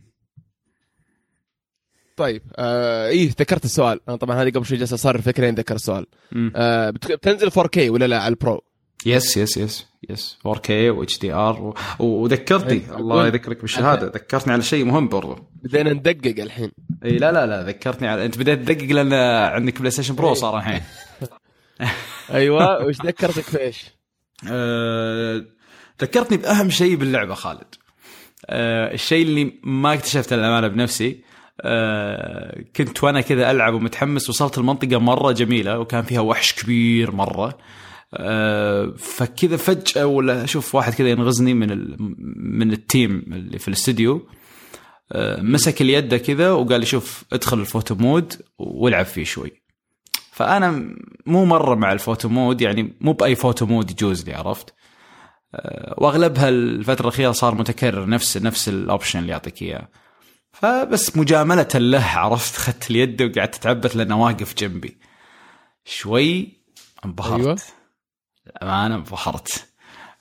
طيب آه إيه ذكرت السؤال أنا طبعا هذه قبل شوي جالس أصار فكرين ذكر السؤال. آه بتنزل فور كي ولا لا على البرو؟ يس يس يس يس فور كي و اتش دي ار وذكرتني الله يذكرك بالشهادة ذكرتني على شيء مهم برضو. بدينا ندقق الحين. إيه لا لا لا ذكرتني على أنت بدأت تدقق لأن عندك بلاي ستيشن برو صار الحين. ايوه وش ذكرتك في ايش؟ أه... ذكرتني باهم شيء باللعبه خالد. أه... الشيء اللي ما اكتشفته الامانه بنفسي. أه... كنت وانا كذا العب ومتحمس، وصلت المنطقه مره جميله وكان فيها وحش كبير مره. أه... فكذا فجاه ولا اشوف واحد كذا ينغزني من ال... من التيم اللي في الاستديو. أه... مسك اليد كذا وقال لي شوف ادخل الفوتو مود والعب فيه شوي. فأنا مو مرة مع الفوتو مود، يعني مو بأي فوتو مود يجوز لي. عرفت؟ وأغلبها الفترة الأخيرة صار متكرر نفس نفس الأوبشن اللي يعطيك إياه. فبس مجاملة له عرفت خدت اليد وقعدت تتعبت لأنه واقف جنبي شوي انبهرت. أيوة. أنا انبهرت.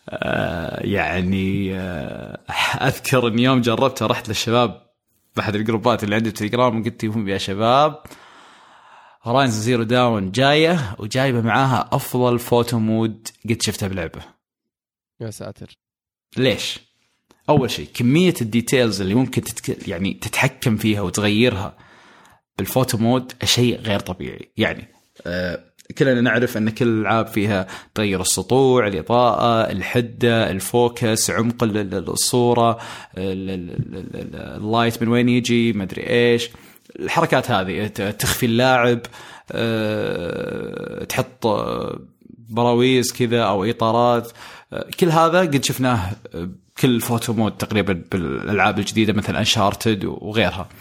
آه يعني آه اذكر ان يوم جربتها رحت للشباب بأحد الجروبات اللي عندي تليجرام وقلت لهم يا شباب هورايزن زيرو داون جايه وجايبه معاها افضل فوتو مود قد شفتها بلعبه. يا ساتر. ليش؟ اول شيء كميه الديتيلز اللي ممكن تتك... يعني تتحكم فيها وتغيرها بالفوتو مود شيء غير طبيعي. يعني آه كلنا نعرف ان كل الالعاب فيها تغير السطوع، الاضاءه، الحده، الفوكس، عمق الصوره، اللايت من وين يجي، ما ادري ايش الحركات هذه، تخفي اللاعب، أه، تحط براويز كذا او اطارات، كل هذا قد شفناه كل فوتو مود تقريبا بالالعاب الجديده مثل انشارتد وغيرها.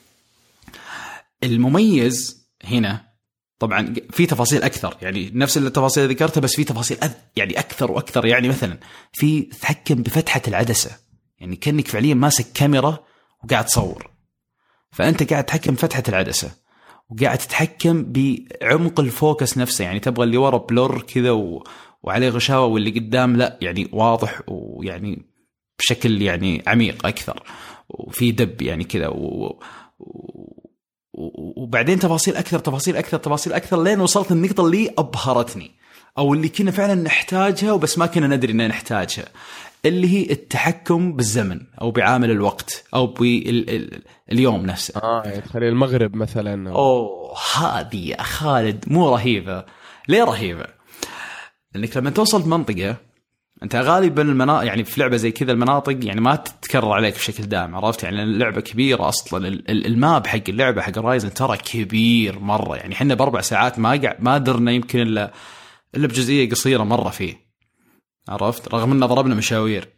المميز هنا طبعا في تفاصيل اكثر، يعني نفس التفاصيل اللي ذكرتها بس في تفاصيل أذ... يعني اكثر واكثر. يعني مثلا في تحكم بفتحه العدسه، يعني كأنك فعليا ماسك كاميرا وقاعد تصور، فانت قاعد تتحكم بفتحه العدسه وقاعد تتحكم بعمق الفوكس نفسه. يعني تبغى اللي ورا بلور كذا و... وعليه غشاوه، واللي قدام لا يعني واضح ويعني بشكل يعني عميق اكثر وفي دب يعني كذا و... و... وبعدين تفاصيل أكثر تفاصيل أكثر تفاصيل أكثر لين وصلت النقطة اللي أبهرتني أو اللي كنا فعلا نحتاجها وبس ما كنا ندري أننا نحتاجها، اللي هي التحكم بالزمن أو بعامل الوقت أو باليوم نفسه. آه يعني تخلي المغرب مثلا. أوه هذه يا خالد مو رهيبة. ليه رهيبة؟ لأنك لما توصل منطقة انت غالبا المناطق يعني في لعبه زي كذا المناطق يعني ما تتكرر عليك بشكل دائم، عرفت؟ يعني اللعبه كبيره اصلا، الماب حق اللعبه حق رايزن ترى كبير مره. يعني احنا باربع ساعات ما قاعد ما درنا يمكن الا الا بجزئيه قصيره مره فيه، عرفت؟ رغم ان ضربنا مشاوير.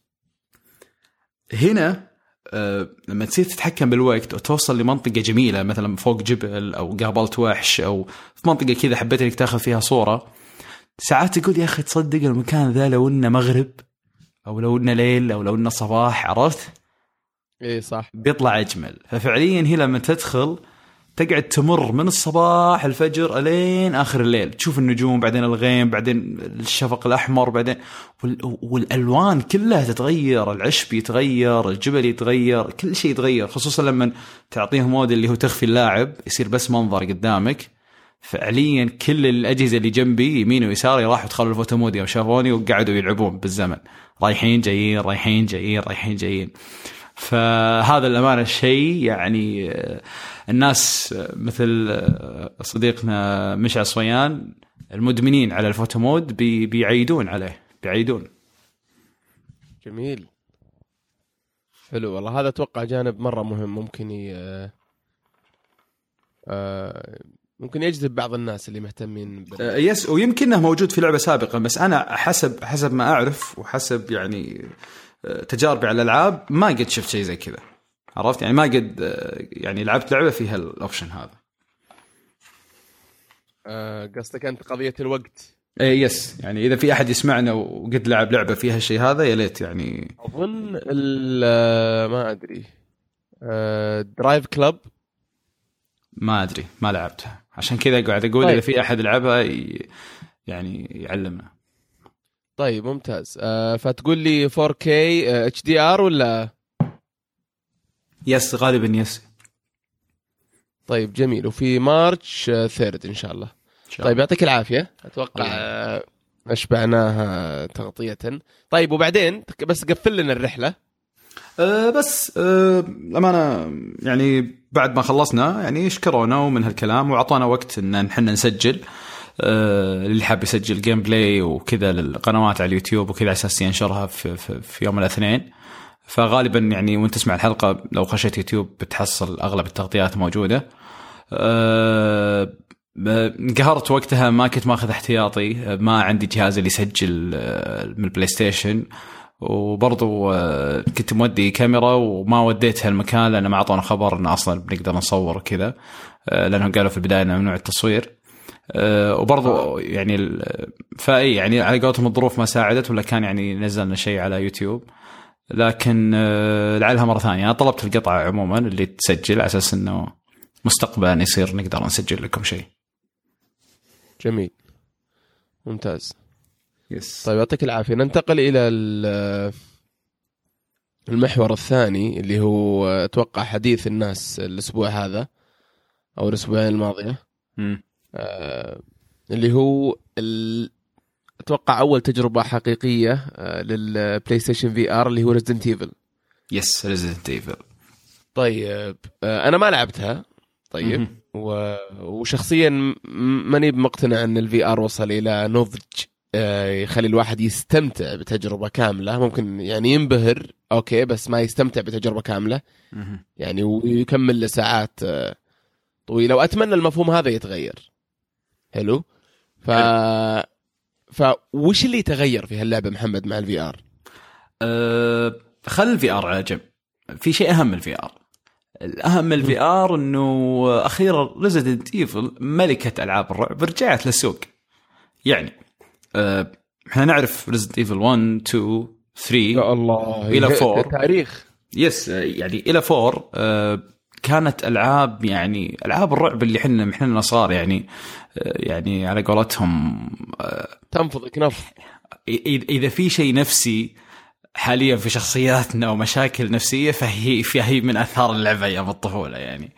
هنا أه لما تصير تتحكم بالوقت وتوصل لمنطقه جميله مثلا فوق جبل او قابلت وحش او في منطقه كذا حبيت انك تاخذ فيها صوره، ساعات تقول يا أخي تصدق المكان ذا لو إنه مغرب أو لو إنه ليل أو لو إنه صباح، عرفت؟ إيه صح، بيطلع أجمل. ففعليا هي لما تدخل تقعد تمر من الصباح الفجر ألين آخر الليل، تشوف النجوم بعدين الغيم بعدين الشفق الأحمر بعدين والألوان كلها تتغير، العشب يتغير، الجبل يتغير، كل شيء يتغير. خصوصا لما تعطيه مود اللي هو تخفي اللاعب يصير بس منظر قدامك. فعليا كل الأجهزة اللي جنبي يمين ويساري راحوا دخلوا الفوتو مود يوم شافوني وقعدوا يلعبون بالزمن، رايحين جايين رايحين جايين رايحين جايين. فهذا الأمانة الشيء يعني الناس مثل صديقنا مشعل صويان المدمنين على الفوتو مود بي بيعيدون عليه بيعيدون. جميل حلو والله. هذا أتوقع جانب مرة مهم ممكن ي... آه... ممكن يجذب بعض الناس اللي مهتمين بال... آه يس، ويمكنه موجود في لعبة سابقة بس أنا حسب حسب ما أعرف وحسب يعني تجاربي على الألعاب ما قد شفت شيء زي كذا، عرفت؟ يعني ما قد يعني لعبت لعبة فيها الأوبشن هذا. آه قصدك أنت قضية الوقت؟ إيه يس، يعني إذا في أحد يسمعنا وقد لعب لعبة فيها الشيء هذا يا ليت. يعني أظن ما أدري آه درايف كلاب ما أدري ما لعبتها، عشان كذا قاعد أقول طيب. إذا في أحد لعبها ي... يعني يعلمنا. طيب ممتاز. آه فتقول لي فور كي آه اتش دي ار ولا؟ يس غالبا يس. طيب جميل. وفي مارتش آه ثيرد إن شاء الله. شاء طيب يعطيك العافية، أتوقع آه أشبعناها تغطية. طيب وبعدين بس قفل لنا الرحلة. أه بس أه الأمانة يعني بعد ما خلصنا يعني شكرونا ومن هالكلام وعطانا وقت إن نحن نسجل أه اللي حاب يسجل جيم بلاي وكذا للقنوات على اليوتيوب وكذا أساس ينشرها في, في, في يوم الاثنين. فغالبا يعني وانت تسمع الحلقة لو خشيت يوتيوب بتحصل أغلب التغطيات موجودة. أه قهرت وقتها ما كنت ماخذ احتياطي، ما عندي جهاز اللي يسجل من البلاي ستيشن، وبرضو كنت مودي كاميرا وما وديتها المكان لأن ما عطونا خبر أن أصلا بنقدر نصور وكذا، لأنهم قالوا في البداية أنه ممنوع التصوير. وبرضو يعني فأي يعني على قولتهم الظروف ما ساعدت ولا كان يعني نزلنا شيء على يوتيوب. لكن لعلها مرة ثانية أنا طلبت القطعة عموما اللي تسجل على أساس أنه مستقبلا يصير نقدر نسجل لكم شيء. جميل ممتاز. يس. طيب يعطيك العافيه. ننتقل الى المحور الثاني اللي هو اتوقع حديث الناس الاسبوع هذا او الاسبوعين الماضيه. آه اللي هو ال... اتوقع اول تجربه حقيقيه آه للبلاي ستيشن في ار اللي هو ريزيدنت ايفل. يس ريزيدنت ايفل. طيب آه انا ما لعبتها. طيب و... وشخصيا ماني بمقتنع ان الفي ار وصل الى نضج آه يخلي الواحد يستمتع بتجربه كامله. ممكن يعني ينبهر اوكي بس ما يستمتع بتجربه كامله يعني ويكمل لساعات آه طويله. واتمنى المفهوم هذا يتغير. حلو. ف فوش اللي يتغير في هاللعبه محمد مع الفي ار؟ أه... خل الفي ار على جنب. في شيء اهم من الفي ار. الاهم من الفي ار انه اخيرا ريزيدنت ايفل ملكه العاب الرعب رجعت للسوق. يعني أه... احنا نعرف ريزيدنت ايفل واحد اثنين ثلاثة يا الله الى أربعة تاريخ. يس يعني الى أربعة أه... كانت العاب يعني العاب الرعب اللي احنا احنا صار يعني يعني على قولتهم تنفض كنف. اذا في شيء نفسي حاليا في شخصياتنا ومشاكل نفسيه فهي فهي من اثار اللعبه ايام الطفوله. يعني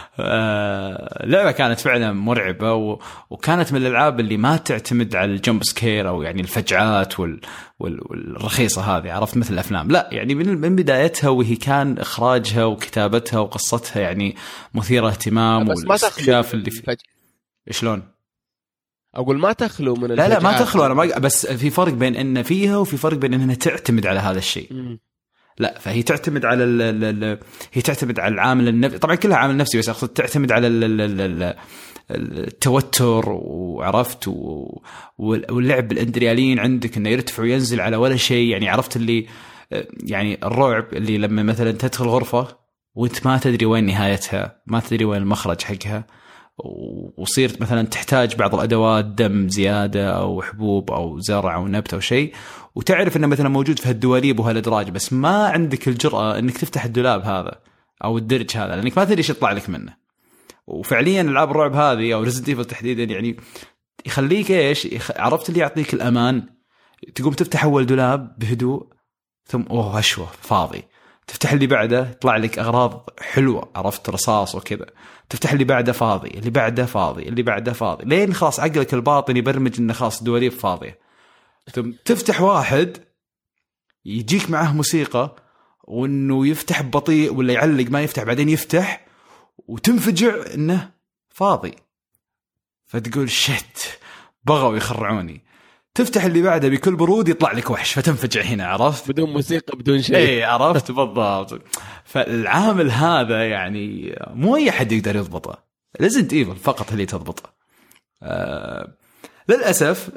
اللعبه كانت فعلا مرعبه وكانت من الالعاب اللي ما تعتمد على الجمب سكير او يعني الفجعات وال والرخيصه هذه عرفت مثل الافلام. لا يعني من بدايتها وهي كان اخراجها وكتابتها وقصتها يعني مثيره اهتمام والاستكشاف اللي في شلون اقول ما تخلو من لا لا ما تخلو. انا ما بس في فرق بين ان فيها وفي فرق بين انها تعتمد على هذا الشيء. م. لا فهي تعتمد على ال ال ال هي تعتمد على العامل النفسي. طبعا كلها عامل نفسي بس اقصد تعتمد على ال ال ال التوتر وعرفت واللعب الادرينالين عندك انه يرتفع وينزل على ولا شيء. يعني عرفت اللي يعني الرعب اللي لما مثلا تدخل غرفة وانت ما تدري وين نهايتها ما تدري وين المخرج حقها وصيرت مثلا تحتاج بعض الأدوات دم زيادة أو حبوب أو زرع أو نبت أو شيء وتعرف أنه مثلا موجود في هالدواليب وهالأدراج بس ما عندك الجرأة أنك تفتح الدولاب هذا أو الدرج هذا لأنك ما تدري إيش يطلع لك منه. وفعليا ألعاب الرعب هذه أو ريزيدنت ايفل تحديدا يعني يخليك إيش عرفت اللي يعطيك الأمان. تقوم تفتح أول دولاب بهدوء ثم أوه أشوه فاضي تفتح اللي بعده يطلع لك أغراض حلوة عرفت رصاص وكذا تفتح اللي بعده فاضي اللي بعده فاضي اللي بعده فاضي لين خلاص عقلك الباطن يبرمج إنه خلاص دواليب فاضية. ثم تفتح واحد يجيك معه موسيقى وإنه يفتح بطيء ولا يعلق ما يفتح بعدين يفتح وتنفجع إنه فاضي فتقول شت بغوا يخرعوني. تفتح اللي بعده بكل برود يطلع لك وحش فتنفجع هنا عرفت بدون موسيقى بدون شيء. اي عرفت بالضبط. فالعامل هذا يعني مو اي حد يقدر يضبطه. ريزيدنت ايفل فقط اللي تضبطه. آه للاسف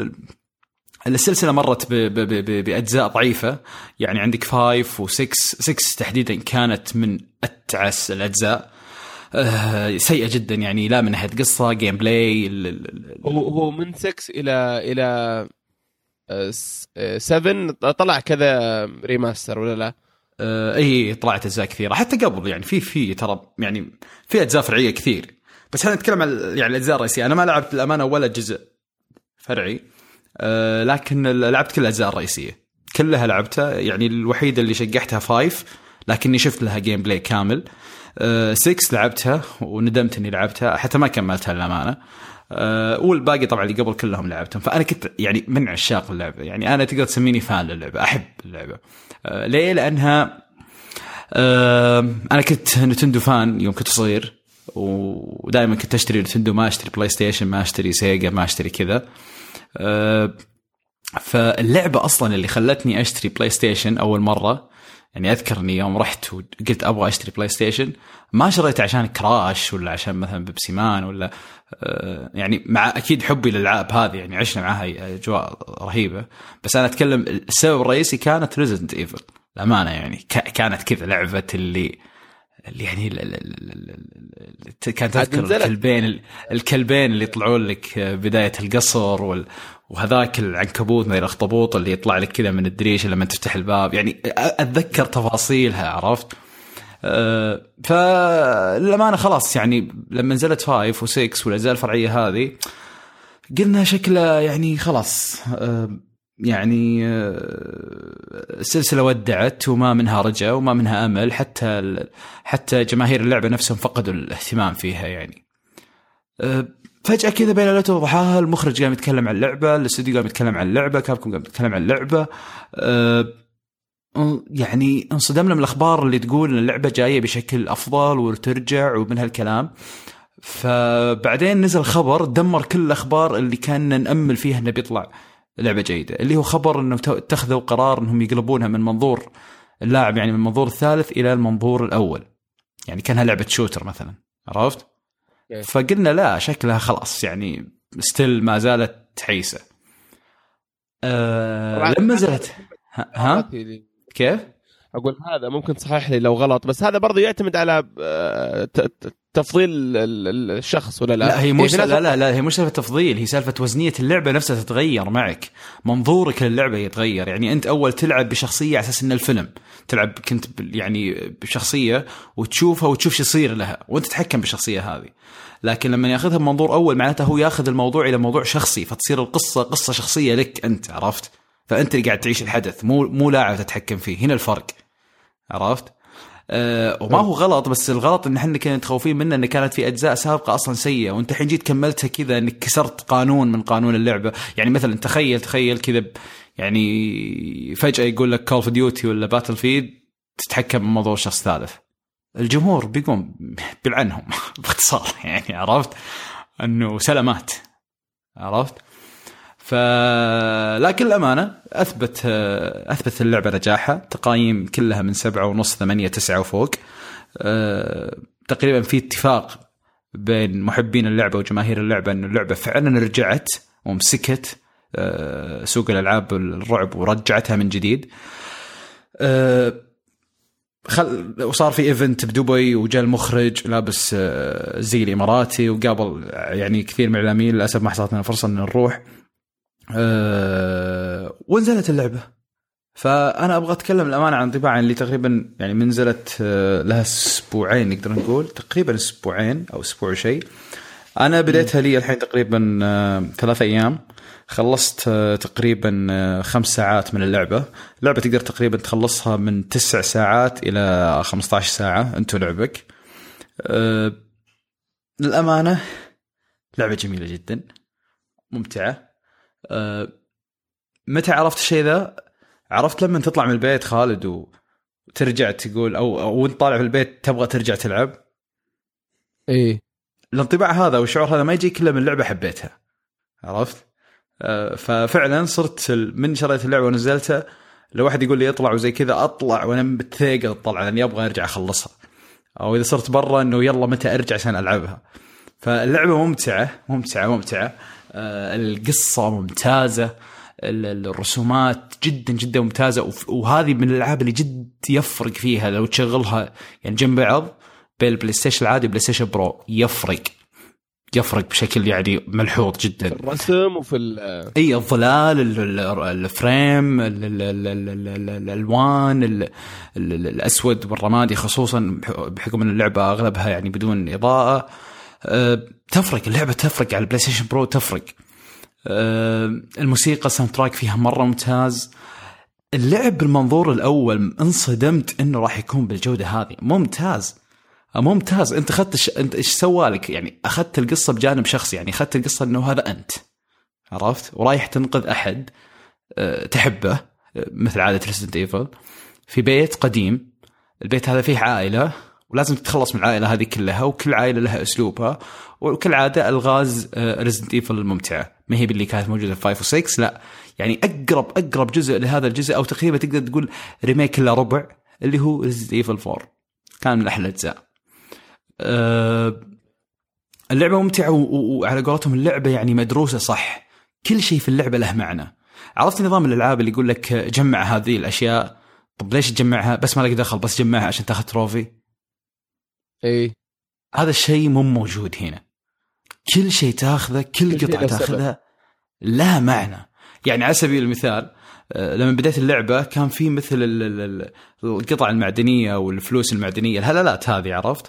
السلسله مرت ب ب ب باجزاء ضعيفه. يعني عندك خمسة وستة ستة تحديدا كانت من اتعس الاجزاء. آه سيئة جدا يعني لا من ناحية قصة جيم بلاي. هو هو من ستة إلى إلى سبعة طلع كذا ريماستر ولا لا؟ آه أي طلعت أجزاء كثيرة حتى قبل يعني في في ترى يعني في أجزاء فرعية كثير بس احنا نتكلم عن يعني الأجزاء الرئيسية. أنا ما لعبت الأمانة ولا جزء فرعي آه لكن لعبت كل الأجزاء الرئيسية كلها لعبتها. يعني الوحيدة اللي شجعتها خمسة لكني شفت لها جيم بلاي كامل. أه ستة لعبتها وندمت اني لعبتها حتى ما كملتها للامانه. أه والباقي طبعا اللي قبل كلهم لعبتهم. فانا كنت يعني من عشاق اللعبه. يعني انا تقدر تسميني فان للعبه احب اللعبه. أه ليه لانها أه انا كنت نتندو فان يوم كنت صغير ودائما كنت اشتري نتندو ما اشتري بلاي ستيشن ما اشتري سيجا ما اشتري كذا. أه فاللعبه اصلا اللي خلتني اشتري بلاي ستيشن اول مره يعني أذكرني يوم رحت وقلت أبغى أشتري بلاي ستيشن ما شريت عشان كراش ولا عشان مثلا بيبسي مان ولا آه يعني مع أكيد حبي للألعاب هذه يعني عشنا معها أجواء رهيبة. بس أنا أتكلم السبب الرئيسي كانت ريزيدنت ايفل الأمانة. يعني كانت كذا لعبة اللي اللي يعني كانت أذكر الكلبين الكلبين اللي يطلعون لك بداية القصر وال وهذاك العنكبوت ما الأخطبوط اللي يطلع لك كذا من الدريشة لما تفتح الباب. يعني أتذكر تفاصيلها عرفت. أه فلما أنا خلاص يعني لما نزلت خمسة وستة والأجزاء الفرعية هذه قلنا شكله يعني خلاص يعني السلسلة ودعت وما منها رجع وما منها أمل، حتى حتى جماهير اللعبة نفسهم فقدوا الاهتمام فيها. يعني فجأة كذا بين ليلة وضحاها المخرج قام يتكلم عن اللعبة، الاستوديو قام يتكلم عن اللعبة، كابكوم قام يتكلم عن اللعبة. يعني انصدمنا من الأخبار اللي تقول أن اللعبة جاية بشكل أفضل وترجع ومن هالكلام. فبعدين نزل خبر دمر كل الأخبار اللي كان نأمل فيها أنه بيطلع لعبة جيدة، اللي هو خبر أنه اتخذوا قرار أنهم يقلبونها من منظور اللاعب، يعني من المنظور الثالث إلى المنظور الأول، يعني كانها لعبة شوتر مثلا، عرفت؟ فقلنا لا شكلها خلاص يعني ستيل ما زالت حيسة. أه لما نزلت ها كيف أقول هذا ممكن صحيح لي لو غلط، بس هذا برضه يعتمد على تفضيل الشخص ولا لا؟ لا هي مش لا لا لا هي مش سالفة تفضيل، هي سالفة وزنية اللعبة نفسها تتغير معك، منظورك للعبة يتغير. يعني أنت أول تلعب بشخصية على أساس إن الفيلم تلعب كنت يعني بشخصية وتشوفها وتشوف شو يصير لها وأنت تتحكم بالشخصية هذه، لكن لما ياخذها بمنظور أول معناته هو ياخذ الموضوع إلى موضوع شخصي، فتصير القصة قصة شخصية لك أنت، عرفت؟ فأنت اللي قاعد تعيش الحدث، مو مو لاعب تتحكم فيه. هنا الفرق، عرفت؟ أه وما هو غلط، بس الغلط ان احنا كنا متخوفين منه ان كانت في اجزاء سابقه اصلا سيئه، وانت الحين جيت كملتها كذا انك كسرت قانون من قانون اللعبه. يعني مثلا تخيل تخيل كذا يعني فجاه يقول لك كول اوف ديوتي ولا باتل فيلد تتحكم بموضوع شخص ثالث، الجمهور بيقوم بيلعنهم باختصار، يعني عرفت انه سلامات، عرفت؟ فلكن الأمانة أثبت أثبت اللعبة نجاحها، تقايم كلها من سبعة ونص ثمانية تسعة وفوق. أه تقريبا في اتفاق بين محبين اللعبة وجماهير اللعبة أن اللعبة فعلا رجعت ومسكت أه سوق الألعاب الرعب ورجعتها من جديد. أه خل وصار في ايفنت بدبي وجاء المخرج لابس زي الإماراتي وقابل يعني كثير من الإعلاميين، للأسف ما حصلت لنا فرصة أن نروح. أه ونزلت اللعبة. فأنا أبغى أتكلم الأمانة عن طباعا اللي تقريبا يعني منزلت لها أسبوعين، نقدر نقول تقريبا أسبوعين أو أسبوع شيء. أنا بديتها لي الحين تقريبا ثلاثة أيام، خلصت تقريبا خمس ساعات من اللعبة. اللعبة تقدر تقريبا تخلصها من تسع ساعات إلى خمسة عشر ساعة أنت لعبك. أه للأمانة لعبة جميلة جدا ممتعة. أه متى عرفت الشيء ذا؟ عرفت لما تطلع من البيت خالد وترجع تقول أو أو أنت طالع في البيت تبغى ترجع تلعب. إيه الانطباع هذا والشعور هذا ما يجي كله من اللعبة حبيتها، عرفت؟ أه ففعلا صرت من شريت اللعبة ونزلتها لو واحد يقول لي اطلع وزي كذا أطلع وأنا متثقل أطلع لأني أبغى أرجع أخلصها، أو إذا صرت برا إنه يلا متى أرجع عشان ألعبها. فاللعبة ممتعة ممتعة ممتعة. أه القصة ممتازة، الرسومات جدا جدا ممتازة، وهذه من الألعاب اللي جد يفرق فيها لو تشغلها يعني جنب بعض بين البلاي ستيشن العادي وبلاي ستيشن برو، يفرق يفرق بشكل يعني ملحوظ جدا. الرسم وفي اي الظلال، الفريم، الالوان، الاسود والرمادي خصوصا بحكم ان اللعبه اغلبها يعني بدون اضاءه. تفرق اللعبه، تفرق على البلاي ستيشن برو تفرق. الموسيقى ساوند تراك فيها مره ممتاز. اللعب بالمنظور الاول انصدمت انه راح يكون بالجوده هذه، ممتاز ممتاز. انت اخذت ش... انت ايش سوالك يعني؟ اخذت القصه بجانب شخصي، يعني اخذت القصه انه هذا انت، عرفت؟ ورايح تنقذ احد أه تحبه، أه مثل عاده ريزيدنت ايفل، في بيت قديم. البيت هذا فيه عائله ولازم تتخلص من العائله هذه كلها، وكل عائله لها اسلوبها، وكل عاده الغاز أه ريزيدنت ايفل الممتعه ما هي اللي كانت موجوده في خمسة وستة، لا يعني اقرب اقرب جزء لهذا الجزء، او تقريبا تقدر تقول ريميك الا ربع، اللي هو ريزيدنت ايفل فور، كان من احلى الاجزاء. أه اللعبة ممتعة، وعلى قولتهم اللعبة يعني مدروسة صح، كل شيء في اللعبة له معنى. عرفت نظام الألعاب اللي يقول لك جمع هذه الأشياء، طب ليش تجمعها؟ بس ما لك دخل، بس جمعها عشان تاخذ تروفي. اي هذا الشيء مو موجود هنا، كل شيء تاخذه، كل قطعة تاخذها لها معنى. يعني على سبيل المثال لما بدأت اللعبة كان في مثل القطع المعدنية والفلوس المعدنية، الهلالات هذه، عرفت؟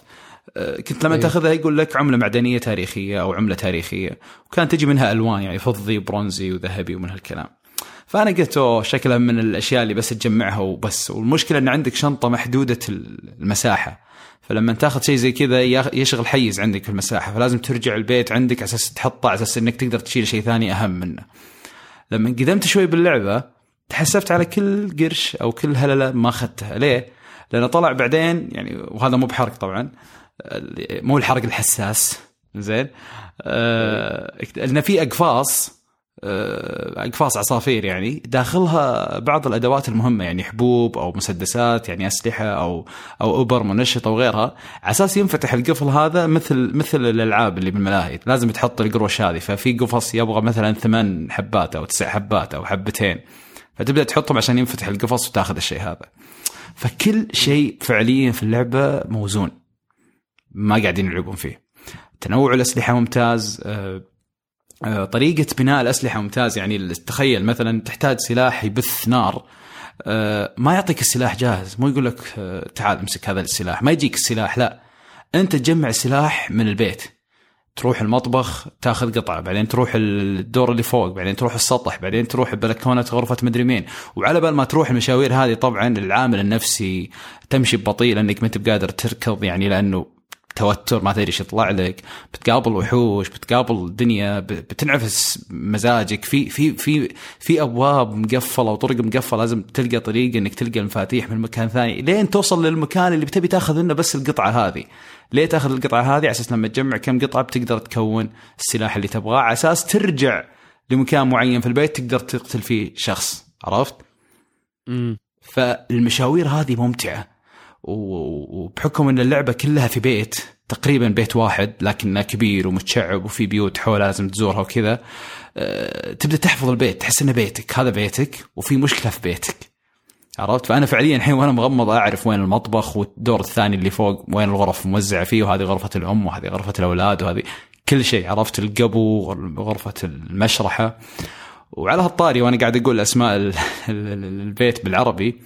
كنت لما تاخذها يقول لك عملة معدنية تاريخية أو عملة تاريخية، وكانت تجي منها ألوان يعني فضي وبرونزي وذهبي ومن هالكلام. فأنا قلت أوه شكلها من الأشياء اللي بس تجمعها وبس. والمشكلة أن عندك شنطة محدودة المساحة، فلما تاخذ شيء زي كذا يشغل حيز عندك في المساحة، فلازم ترجع البيت عندك أساس تحطه، أساس إنك تقدر تشيل شيء ثاني أهم منه. لما قدمت شوي باللعبة تحسفت على كل قرش أو كل هللة ما أخذتها. ليه؟ لأنه طلع بعدين يعني، وهذا مو بحرق طبعا، مو الحرق الحساس زين، آه إن في أقفاص أقفاص عصافير يعني داخلها بعض الأدوات المهمة، يعني حبوب أو مسدسات يعني أسلحة أو أو أوبر منشطة وغيرها، على أساس ينفتح القفل هذا مثل مثل الألعاب اللي بالملاهي لازم تحط القروش هذه. ففي قفص يبغى مثلا ثمان حبات أو تسع حبات أو حبتين، فتبدأ تحطهم عشان ينفتح القفص وتأخذ الشيء هذا. فكل شيء فعليا في اللعبة موزون، ما قاعدين يلعبون فيه. تنوع الأسلحة ممتاز، طريقة بناء الأسلحة ممتاز. يعني تخيل مثلا تحتاج سلاح يبث نار، ما يعطيك السلاح جاهز، مو يقول لك تعال امسك هذا السلاح، ما يجيك السلاح، لا أنت تجمع السلاح من البيت، تروح المطبخ تاخذ قطعة، بعدين تروح الدور اللي فوق، بعدين تروح السطح، بعدين تروح بلكونة غرفة مدري مين. وعلى بال ما تروح المشاوير هذه طبعا العامل النفسي تمشي ببطيء لأنك ما انت بقادر تركض، يعني لأنه توتر ما تدري ايش يطلع لك، بتقابل وحوش، بتقابل الدنيا، بتنعفس مزاجك في في في في ابواب مقفله وطرق مقفله، لازم تلقى طريقه انك تلقى المفاتيح من مكان ثاني لين توصل للمكان اللي بتبي تاخذ منه بس القطعه هذه. ليه تاخذ القطعه هذه؟ على اساس لما تجمع كم قطعه بتقدر تكون السلاح اللي تبغاه، على اساس ترجع لمكان معين في البيت تقدر تقتل فيه شخص. عرفت؟ امم فالمشاوير هذه ممتعه، وبحكم ان اللعبه كلها في بيت تقريبا بيت واحد لكنه كبير ومتشعب وفي بيوت حول لازم تزورها وكذا، أه تبدا تحفظ البيت، تحس انه بيتك، هذا بيتك وفي مشكله في بيتك. عرفت؟ فانا فعليا الحين وانا مغمض اعرف وين المطبخ والدور الثاني اللي فوق وين الغرف موزعه فيه، وهذه غرفه الام وهذه غرفه الاولاد وهذه كل شيء. عرفت؟ القبو، غرفه المشرحه. وعلى هالطاري وانا قاعد اقول اسماء البيت بالعربي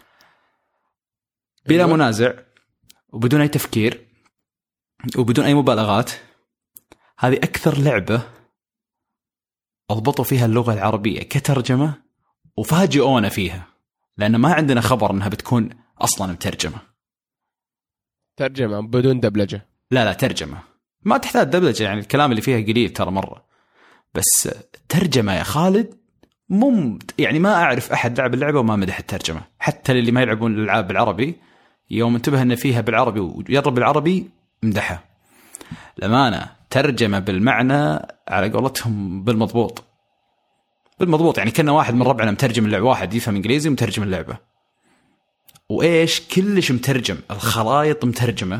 بلا منازع وبدون أي تفكير وبدون أي مبالغات، هذه أكثر لعبة أضبطوا فيها اللغة العربية كترجمة، وفاجئونا فيها لأن ما عندنا خبر أنها بتكون أصلا مترجمة. ترجمة بدون دبلجة؟ لا لا ترجمة، ما تحتاج دبلجة، يعني الكلام اللي فيها قليل ترى مرة، بس ترجمة يا خالد مم يعني ما أعرف أحد لعب اللعبة وما مدح الترجمة. حتى اللي ما يلعبون الألعاب بالعربي يوم انتبه أن فيها بالعربي ويجرب بالعربي مدحها. لما أنا ترجمة بالمعنى على قولتهم بالمضبوط بالمضبوط، يعني كنا واحد من ربعنا مترجم اللعبة، واحد يفهم إنجليزي مترجم اللعبة، وإيش كلش مترجم، الخرائط مترجمة،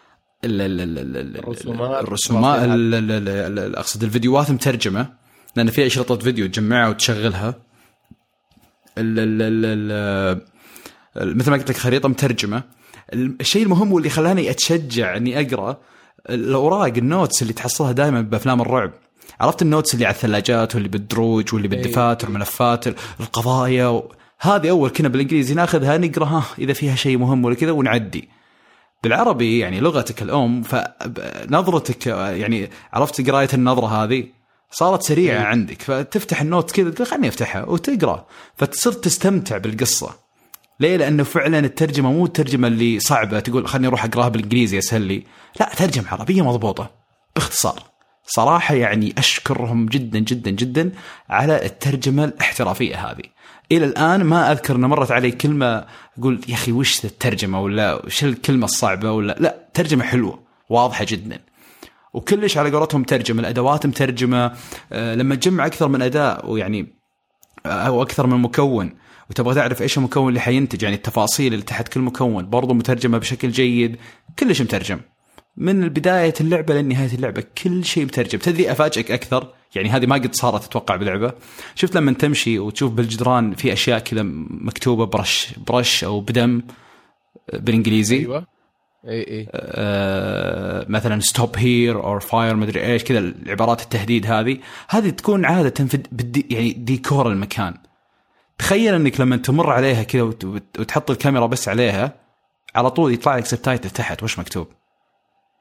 الرسومات الرسومات أقصد الفيديوهات مترجمة، لأن فيها أشرطة فيديو تجمعها وتشغلها. ال ال ال مثل ما قلت لك خريطة مترجمة. الشيء المهم واللي خلاني أتشجع أني أقرأ الأوراق النوتس اللي تحصلها دائما بأفلام الرعب. عرفت النوتس اللي على الثلاجات واللي بالدروج واللي بالدفاتر والملفات القضايا، هذه أول كنا بالإنجليزي ناخذها نقرأها إذا فيها شيء مهم ولا كذا ونعدي. بالعربي يعني لغتك الأم، فنظرتك يعني عرفت قراية النظرة هذه صارت سريعة عندك، فتفتح النوت كذا تقول خلني أفتحها وتقرأ، فتصير تستمتع بالقصة. ليه؟ لأنه فعلا الترجمة مو الترجمة اللي صعبة تقول خلني أروح أقرأها بالإنجليزي أسهل لي، لا ترجمة عربية مضبوطة باختصار. صراحة يعني أشكرهم جدا جدا جدا على الترجمة الاحترافية هذه. إلى الآن ما أذكر أن مرت علي كلمة أقول يا أخي وش الترجمة ولا وش الكلمة الصعبة ولا لا، ترجمة حلوة واضحة جدا وكلش على قولتهم ترجمة. الأدوات مترجمة، أه لما تجمع أكثر من أداة ويعني أو أكثر من مكون وتبغى تعرف إيش المكون اللي حينتج، يعني التفاصيل اللي تحت كل مكون برضو مترجمة بشكل جيد، كلش مترجم من بداية اللعبة لنهاية اللعبة، كل شيء مترجم. تدري أفاجئك أكثر، يعني هذه ما قد صارت أتوقع باللعبة. شفت لما تمشي وتشوف بالجدران في أشياء كذا مكتوبة برش برش أو بدم بالإنجليزي؟ أيوة. أي أي. آه مثلا stop here or fire مدري إيش كذا، العبارات التهديد هذه هذه تكون عادة تنفذ بدي يعني ديكور المكان. تخيل أنك لما تمر عليها كذا وتحط الكاميرا بس عليها على طول يطلع لك سبتايتل تحت وش مكتوب.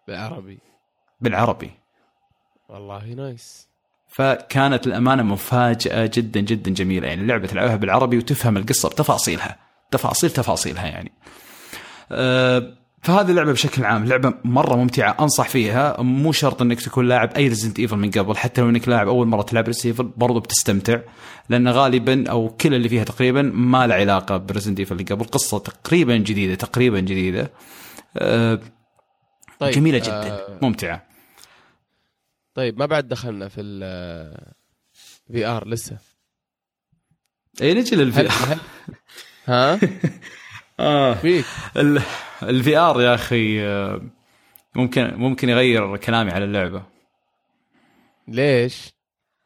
بالعربي بالعربي. والله نايس. فكانت الأمانة مفاجأة جدا جدا جميلة، يعني اللعبة تلعبها بالعربي وتفهم القصة بتفاصيلها، تفاصيل تفاصيلها يعني. أه فهذه اللعبة بشكل عام لعبة مرة ممتعة، أنصح فيها. مو شرط أنك تكون لاعب أي ريزنت إيفل من قبل، حتى لو أنك لاعب أول مرة تلعب ريزنت إيفل برضو بتستمتع، لأن غالبا أو كل اللي فيها تقريبا ما له علاقة بريزنت إيفل اللي قبل. قصة تقريبا جديدة تقريبا جديدة أه طيب جميلة جدا آه ممتعة. طيب ما بعد دخلنا في ال في آر لسه؟ اي نجي للفي آر. ها اه فيك الفي آر يا اخي ممكن ممكن يغير كلامي على اللعبة. ليش؟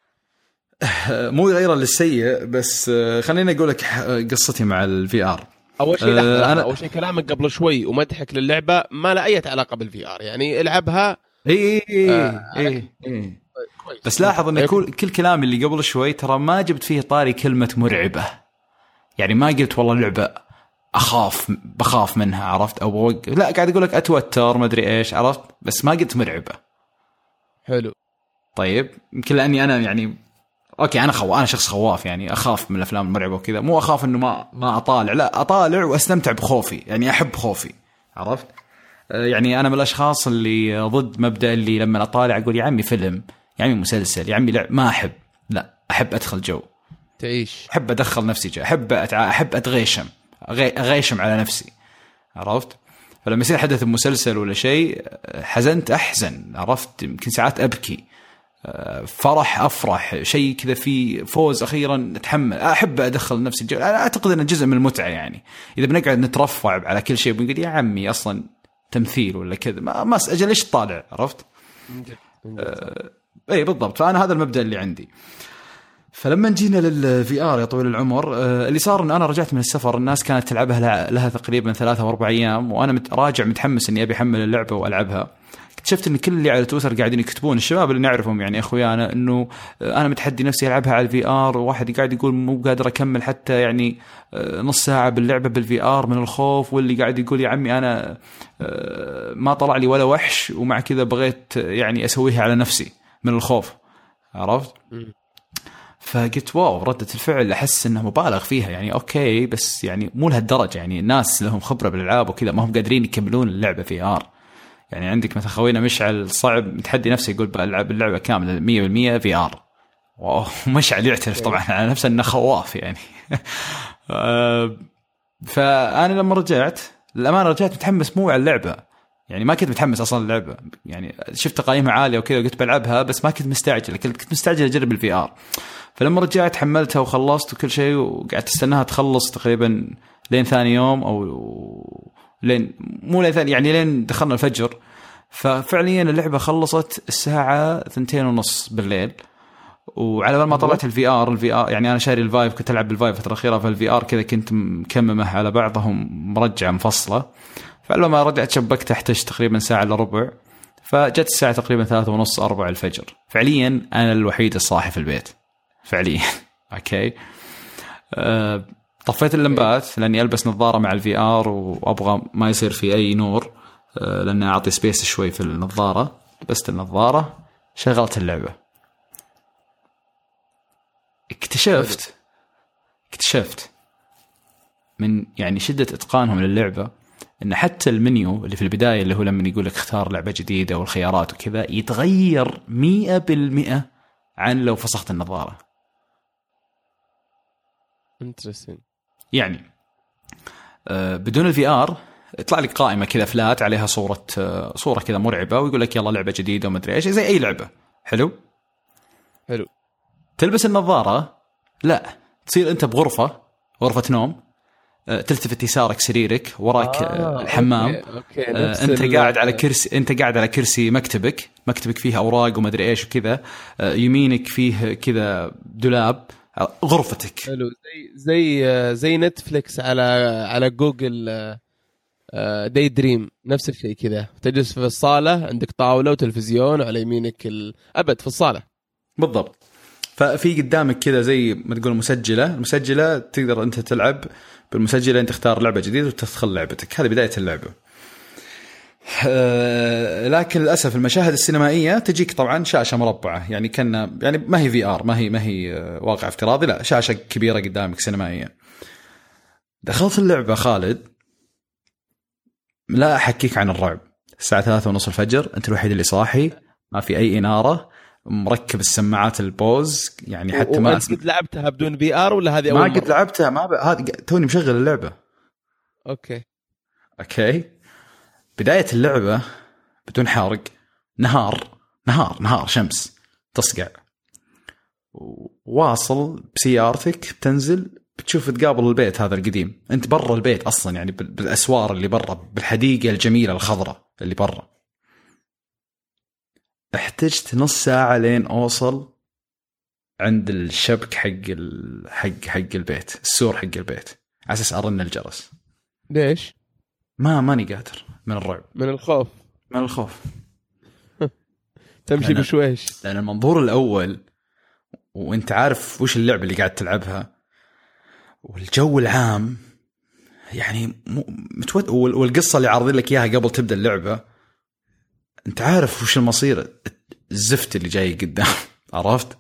مو يغيره للسيء، بس خليني اقول لك قصتي مع الفي آر. اول شيء آه أنا... اول شيء كلامك قبل شوي ومدحك للعبة ما له اي علاقة بالفي آر، يعني العبها. اي اي آه اي اي بس لاحظ ان كل كل كلامي اللي قبل شوي ترى ما جبت فيه طاري كلمة مرعبة، يعني ما قلت والله لعبة اخاف بخاف منها، عرفت؟ او بوق... لا قاعد اقول لك اتوتر ما ادري ايش، عرفت؟ بس ما قلت مرعبة. حلو. طيب يمكن لاني انا يعني اوكي انا خو انا شخص خواف، يعني اخاف من الافلام المرعبة وكذا، مو اخاف انه ما ما اطالع، لا اطالع واستمتع بخوفي، يعني احب خوفي، عرفت؟ يعني انا من الاشخاص اللي ضد مبدأ اللي لما اطالع اقول يا عمي فيلم، يا عمي مسلسل، يا عمي لعب، ما أحب. لا أحب أدخل جو، تعيش، أحب أدخل نفسي جو، أحب أتع... أحب أتغيشم أغيشم على نفسي، عرفت؟ فلما يصير حدث مسلسل ولا شيء حزنت أحزن، عرفت؟ يمكن ساعات أبكي، فرح أفرح، شيء كذا في فوز أخيرا أتحمل، أحب أدخل نفسي جو. أنا أعتقد أنه جزء من المتعة، يعني إذا بنقعد نترفع على كل شيء بنقول يا عمي أصلا تمثيل ولا كذا، ما ما أجل إيش طالع، عرفت؟ أه... اي بالضبط. فانا هذا المبدا اللي عندي. فلما جينا للفي ار يا طويل العمر، أه اللي صار ان انا رجعت من السفر، الناس كانت تلعبها لها تقريبا ثلاثة او اربع ايام، وانا مت... راجع متحمس اني ابي احمل اللعبه والعبها. اكتشفت ان كل اللي على تويتر قاعدين يكتبون، الشباب اللي نعرفهم يعني اخويانا، انه انا متحدي نفسي العبها على الفي ار، وواحد قاعد يقول مو قادر اكمل حتى يعني نص ساعه باللعبه بالفي ار من الخوف، واللي قاعد يقول يا عمي انا ما طلع لي ولا وحش ومع كذا بغيت يعني اسويها على نفسي من الخوف، عرفت؟ فقلت واو ردة الفعل احس انه مبالغ فيها، يعني اوكي بس يعني مو لهالدرجه، يعني الناس لهم خبره بالالعاب وكذا ما هم قادرين يكملون اللعبه في ار. يعني عندك مثلا خوينا مشعل صعب متحدي نفسه يقول بلعب اللعبه كامله مية بالمية في ار، واو مشعل يعترف طبعا على نفسه انه خواف يعني. فانا لما رجعت للامانه رجعت متحمس مو على اللعبه، يعني ما كنت متحمس اصلا اللعبه، يعني شفت تقييمها عاليه وكذا وقلت بلعبها، بس ما كنت مستعجل، كنت مستعجل اجرب الفي ار. فلما رجعت حملتها وخلصت وكل شيء، وقعدت استناها تخلص تقريبا لين ثاني يوم او لين مو لين ثاني يعني لين دخلنا الفجر. ففعليا اللعبه خلصت الساعه ثنتين ونص بالليل، وعلى بال ما طلعت الفي ار الفي ار يعني انا شاري الفايف، كنت العب بالفايف فتره اخيره، فالفي ار كذا كنت مكممه على بعضهم مرجعه مفصله. فلما رجعت شبكت احتاج تقريبا ساعه الا ربع، فجت الساعه تقريبا ثلاثة ونص أربعة الفجر. فعليا انا الوحيد الصاحي في البيت فعليا. اوكي أه طفيت اللمبات لاني البس نظاره مع الفي ار وابغى ما يصير في اي نور، أه لان اعطي سبيس شوي في النظاره. لبست النظاره شغلت اللعبه، اكتشفت اكتشفت من يعني شدة إتقانهم للعبة إن حتى المنيو اللي في البداية اللي هو لما يقول لك اختار لعبة جديدة والخيارات وكذا يتغير مئة بالمئة عن لو فسخت النظارة. Interesting. يعني آه بدون الفي آر يطلع لك قائمة كذا فلات عليها صورة آه صورة كذا مرعبة ويقول لك يلا لعبة جديدة وما أدري إيش، زي أي لعبة. حلو حلو. تلبس تلبس النظارة لا تصير أنت بغرفة غرفة نوم، تلتفت يسارك سريرك، وراك آه، الحمام. أوكي. أوكي. آه، انت قاعد على كرسي انت قاعد على كرسي مكتبك مكتبك فيه اوراق وما ادري ايش وكذا، آه، يمينك فيه كذا دولاب، غرفتك. حلو. زي زي زي نتفليكس على على جوجل داي دريم، نفس الشيء كذا. تجلس في الصالة عندك طاولة وتلفزيون وعلى يمينك الأبد في الصالة. بالضبط. ففي قدامك كذا زي ما تقول مسجلة، المسجلة تقدر أنت تلعب بالمسجلة، أنت تختار لعبة جديدة وتدخل لعبتك. هذه بداية اللعبة. أه لكن للاسف المشاهد السينمائيه تجيك طبعا شاشه مربعه، يعني كنا يعني ما هي في ار، ما هي ما هي واقع افتراضي، لا شاشه كبيره قدامك سينمائيه. دخلت اللعبه خالد، لا احكيك عن الرعب. الساعه ثلاثة ونص الفجر، انت الوحيد اللي صاحي، ما في اي اناره، مركب السماعات البوز، يعني حتى ما أسمع. قد لعبتها بدون في ار ولا هذه اول ما مرة؟ قد لعبتها، ما ب... هذه توني مشغل اللعبه. اوكي اوكي بدايه اللعبه بدون حارق، نهار نهار نهار شمس تصقع، واصل بسيارتك بتنزل بتشوف تقابل البيت هذا القديم، انت برا البيت اصلا، يعني بالاسوار اللي برا، بالحديقه الجميله الخضراء اللي برا. احتجت نص ساعه لين اوصل عند الشبك حق ال... حق حق البيت، السور حق البيت، على اساس ارن الجرس. ليش؟ ما ماني قادر من الرعب، من الخوف من الخوف تمشي لأن... بشويش. لان المنظور الاول وانت عارف وش اللعبه اللي قاعد تلعبها، والجو العام يعني متود... والقصه اللي عارضين لك اياها قبل تبدا اللعبه، انت عارف وش المصير، الزفت اللي جاي قدام. عرفت؟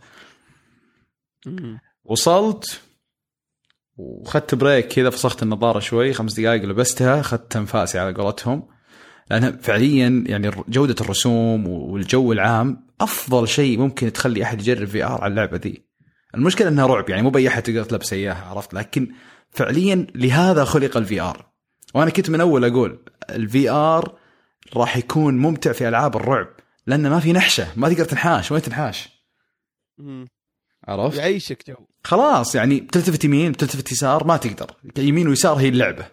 وصلت وخدت بريك كذا، فسخت النظاره شوي، خمس دقائق لبستها، خدت انفاسي على قولتهم، لأنها فعليا يعني جودة الرسوم والجو العام أفضل شيء ممكن تخلي أحد يجرب في آر على اللعبة دي. المشكلة أنها رعب، يعني مو بأي أحد تقدر تلبس إياها، عرفت؟ لكن فعليا لهذا خلق الفي آر. وأنا كنت من أول أقول الفي آر راح يكون ممتع في ألعاب الرعب، لأنه ما في نحشة، ما تقدر تنحاش، وين تنحاش؟ عرفت؟ يعيشك جو خلاص، يعني بتلتفت يمين بتلتفت يسار ما تقدر، يمين ويسار هي اللعبة.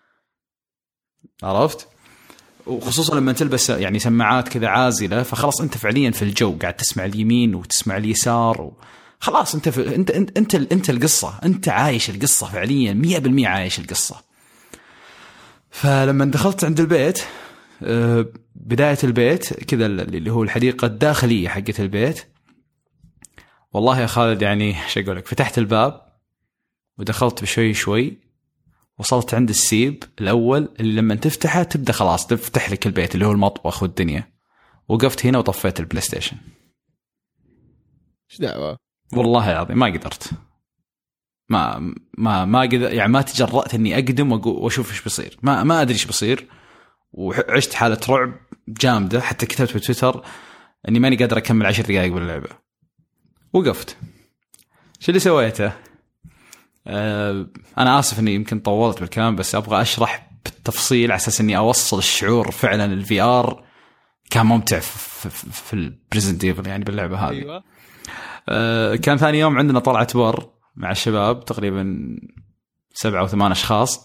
عرفت؟ وخصوصا لما تلبس يعني سماعات كذا عازلة، فخلاص أنت فعليا في الجو، قاعد تسمع اليمين وتسمع اليسار، وخلاص أنت في أنت أنت أنت, انت القصة، أنت عايش القصة فعليا مية بالمية عايش القصة. فلما دخلت عند البيت، بداية البيت كذا اللي هو الحديقة الداخلية حقة البيت، والله يا خالد يعني شو أقول لك، فتحت الباب ودخلت بشوي شوي، وصلت عند السيب الأول اللي لما تفتحه تبدأ خلاص تفتح لك البيت اللي هو المطبخ والدنيا. وقفت هنا وطفيت البلاي ستيشن. ايش دعوة؟ والله العظيم ما قدرت، ما ما ما قدر يعني ما تجرأت إني أقدم وأشوف إيش بيصير، ما ما أدري إيش بيصير، وعشت حالة رعب جامدة. حتى كتبت بتويتر إني ماني قادر أكمل عشر دقائق باللعبة. وقفت. شو اللي سويته؟ أه أنا آسف إني يمكن طولت بالكلام، بس أبغى أشرح بالتفصيل على أساس إني أوصل الشعور. فعلا الفي آر كان ممتع في, في, في البريزنت ايفل يعني باللعبة هذه. أيوة. أه كان ثاني يوم عندنا طلعة بر مع الشباب، تقريبا سبعة أو ثمان أشخاص،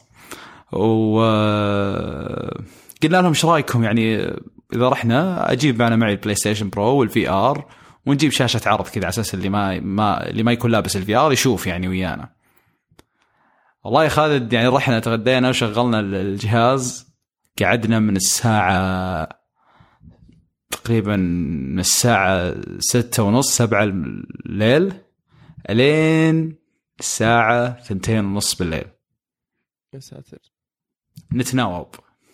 وقلنا لهم إيش رأيكم يعني إذا رحنا أجيب معنا معي البلاي ستيشن برو والفي آر، ونجيب شاشة عرض كذا على أساس اللي ما ما اللي ما يكون لابس الفي آر يشوف يعني ويانا. والله يا خالد يعني رحنا تغدينا وشغلنا الجهاز، قعدنا من الساعة تقريبا من الساعة ستة ونص سبعة الليل لين الساعة ثنتين ونص بالليل. يا ساتر. نتناوب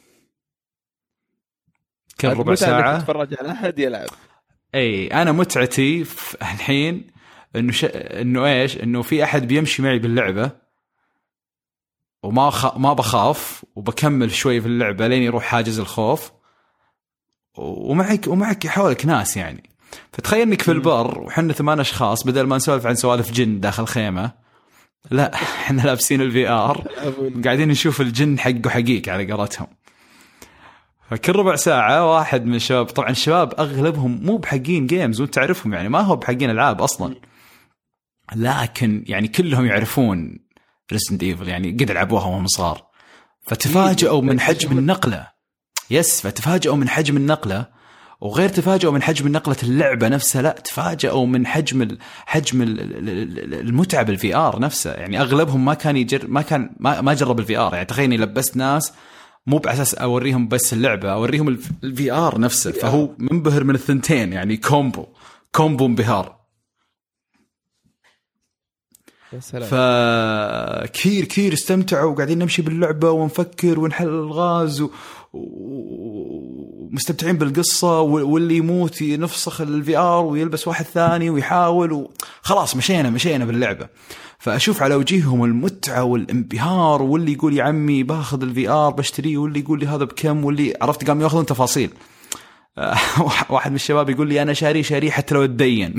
كل ربع ساعة تتفرج على أحد يلعب. اي انا متعتي الحين انه ش... انه ايش انه في احد بيمشي معي باللعبه، وما خ... ما بخاف، وبكمل شوي في اللعبه لين يروح حاجز الخوف، ومعك ومعك حولك ناس يعني. فتخيل انك في البر وحنا ثمان اشخاص، بدل ما نسولف عن سوالف جن داخل خيمه، لا احنا لابسين الفي ار قاعدين نشوف الجن حقه حقيقي على قولتهم. فكل ربع ساعة واحد من الشباب، طبعا الشباب أغلبهم مو بحقين جيمز وانت تعرفهم يعني ما هو بحقين ألعاب أصلا، لكن يعني كلهم يعرفون Resident Evil يعني قد لعبوها وهم صغار، فتفاجئوا من حجم النقلة. يس فتفاجئوا من حجم النقلة، وغير تفاجئوا من حجم النقلة اللعبة نفسها، لا تفاجئوا من حجم حجم المتعة بالفي آر نفسه. يعني أغلبهم ما كان يجر ما كان ما, ما جرب الفي آر. يعني تخيلني لبست ناس مو بأساس أوريهم بس اللعبة، أوريهم الفي آر نفسه، فهو منبهر من الثنتين يعني كومبو كومبو انبهار. فكثير كثير استمتعوا وقاعدين نمشي باللعبة ونفكر ونحل الغاز و... ومستمتعين بالقصة، واللي يموت نفسخ الفي ار ويلبس واحد ثاني ويحاول، وخلاص مشينا مشينا باللعبة. فأشوف على وجيههم المتعة والانبهار، واللي يقول يا عمي باخذ الفي ار بشتريه، واللي يقول لي هذا بكم، واللي عرفت قام ياخذون تفاصيل. واحد من الشباب يقول لي أنا شاري شاري حتى لو اتدين.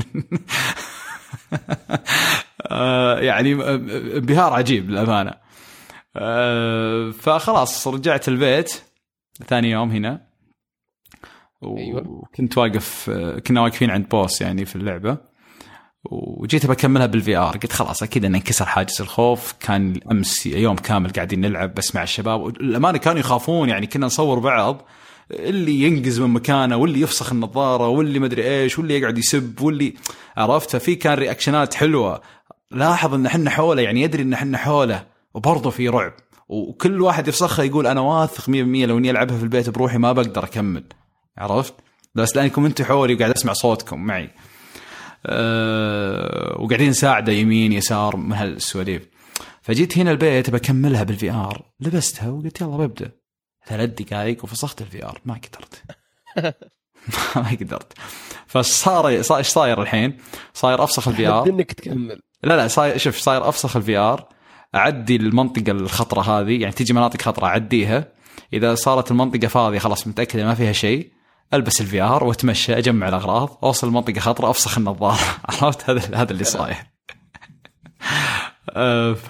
يعني انبهار عجيب للأمانة. فخلاص رجعت البيت ثاني يوم هنا، وكنت واقف، كنا واقفين عند بوس يعني في اللعبة، وجيت بكملها بالفي ار. قلت خلاص أكيد أن انكسر حاجز الخوف. كان أمس يوم كامل قاعدين نلعب بس مع الشباب، الأمانة كانوا يخافون، يعني كنا نصور بعض، اللي ينقز من مكانه، واللي يفسخ النظارة، واللي مدري إيش، واللي يقعد يسب، واللي عرفت. ففي كان رياكشنات حلوة. لاحظ إن حنا حوله، يعني يدري إن حنا حوله، وبرضه في رعب، وكل واحد يفسخها يقول أنا واثق مية بالمية لو إني ألعبها في البيت بروحي ما بقدر أكمل، عرفت. بس لأنكم أنتوا حولي وقاعد أسمع صوتكم معي، أه وقاعدين نساعده يمين يسار من هالسواليف. فجيت هنا البيت بكملها بالفي ار، لبستها وقلت يلا ببدأ. ثلاث دقائق وفسخت الفي ار، ما قدرت. ما قدرت. فصار ايش صاير الحين؟ صاير افسخ الفي ار انك تكمل. لا لا صاير، شوف صاير افسخ الفي ار، اعدي المنطقه الخطره هذه، يعني تيجي مناطق خطره اعديها، اذا صارت المنطقه فاضيه خلاص متاكد ما فيها شيء، البس الفي ار واتمشى اجمع الاغراض، اوصل المنطقه خطره افسخ النظاره. عرفت هذا هذا اللي صاير. ف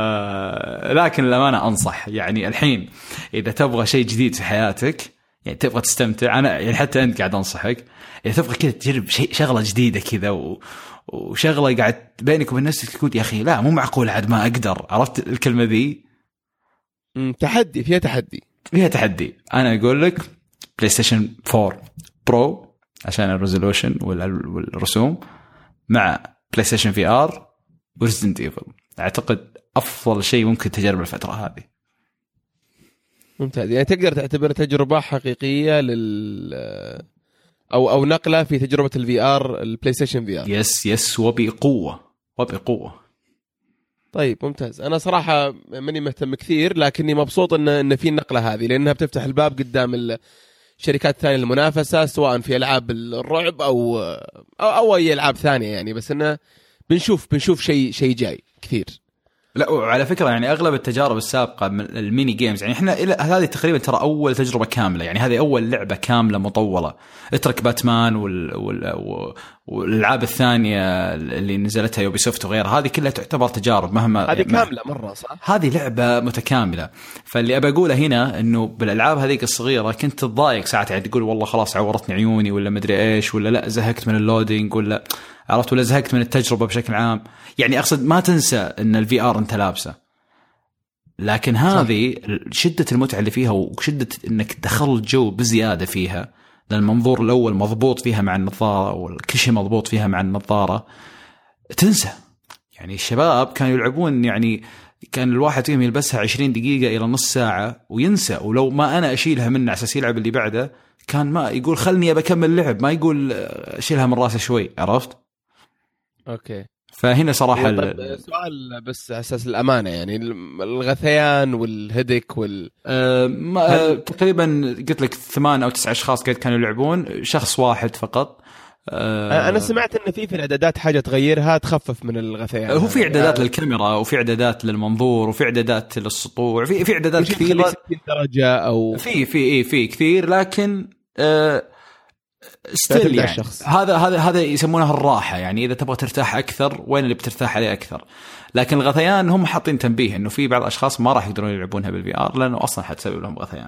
لكن الأمانة أنصح، يعني الحين إذا تبغى شيء جديد في حياتك، يعني تبغى تستمتع، أنا يعني حتى أنت قاعد أنصحك، إذا تبغى كذا تجرب شيء، شغلة جديدة كذا، و... وشغلة قاعد بينك وبين نفسك تقول يا أخي لا مو معقول عاد ما أقدر، عرفت الكلمة ذي؟ تحدي، فيها تحدي، فيها تحدي. أنا أقول لك بلاي ستيشن فور برو عشان الريزولوشن والرسوم، مع بلاي ستيشن في آر وريزدنت ايفل، اعتقد افضل شيء ممكن تجرب الفتره هذه. ممتاز، يعني تقدر تعتبر تجربه حقيقيه لل او او نقله في تجربه الفي ار، البلاي ستيشن في ار. يس يس وبقوه وبقوه. طيب ممتاز. انا صراحه ماني مهتم كثير، لكني مبسوط ان ان في النقله هذه، لانها بتفتح الباب قدام الشركات الثانيه المنافسه، سواء في العاب الرعب او او, أو اي العاب ثانيه يعني. بس انه بنشوف بنشوف شيء شيء جاي كثير. لا وعلى فكرة يعني أغلب التجارب السابقة من الميني جيمز، يعني إحنا إلى هذه تقريبا ترى أول تجربة كاملة، يعني هذه أول لعبة كاملة مطولة. اترك باتمان وال وال والألعاب الثانية اللي نزلتها يوبيسوفت وغيرها، هذه كلها تعتبر تجارب مهما هذه يعني كاملة مرة صح. هذه لعبة متكاملة. فاللي أبى أقوله هنا إنه بالألعاب هذيك الصغيرة كنت تضايق ساعات، يعني تقول والله خلاص عورتني عيوني، ولا مدري إيش، ولا لا زهقت من اللودينج، ولا عرفت، ولا زهقت من التجربة بشكل عام. يعني أقصد ما تنسى إن الفي آر أنت لابسه، لكن هذه شدة المتعة اللي فيها وشدة إنك دخل جو بزيادة فيها، لأن المنظور الأول مضبوط فيها مع النظارة وكل شيء مضبوط فيها مع النظارة، تنسى. يعني الشباب كانوا يلعبون، يعني كان الواحد فيهم يلبسها عشرين دقيقة إلى نص ساعة وينسى، ولو ما أنا أشيلها منه أساس يلعب اللي بعده، كان ما يقول خلني أبكمل لعب، ما يقول أشيلها من راسه شوي، عرفت؟ أوكي. فهنا صراحة طيب سؤال بس أساس الأمانة، يعني الغثيان والهدك وال أه ما تقريبا قلت لك ثمان أو تسع أشخاص قد كانوا يلعبون، شخص واحد فقط. أه أنا سمعت إن في في الإعدادات حاجة تغيرها تخفف من الغثيان. هو في إعدادات للكاميرا، وفي إعدادات للمنظور، وفي إعدادات للسطوع، في في إعدادات كثيرة، ستين درجة أو في في إيه في كثير، لكن أه ستيل يعني هذا هذا هذا يسمونها الراحة. يعني إذا تبغى ترتاح أكثر وين اللي بترتاح عليه أكثر. لكن الغثيان هم حاطين تنبيه إنه في بعض الأشخاص ما راح يقدرون يلعبونها بالفي آر لأنه أصلا حتسبب لهم غثيان.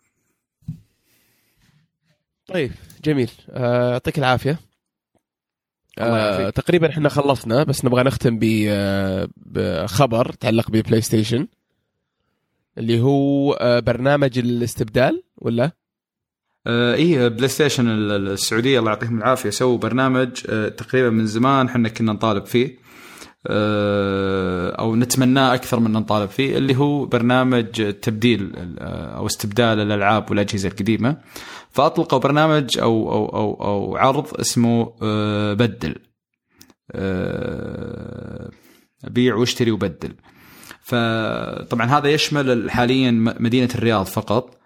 طيب جميل، يعطيك العافية. آه تقريبا احنا خلصنا، بس نبغى نختم بخبر تعلق ببلاي ستيشن، اللي هو برنامج الاستبدال ولا آه إيه بلاي ستيشن السعودية الله يعطيهم العافية سووا برنامج آه تقريبا من زمان حنا كنا نطالب فيه، آه أو نتمناه أكثر من نطالب فيه، اللي هو برنامج تبديل آه أو استبدال الألعاب والأجهزة القديمة. فأطلقوا برنامج أو أو أو أو عرض اسمه آه بدل. آه بيع واشتري وبدل. فطبعا هذا يشمل حاليا مدينة الرياض فقط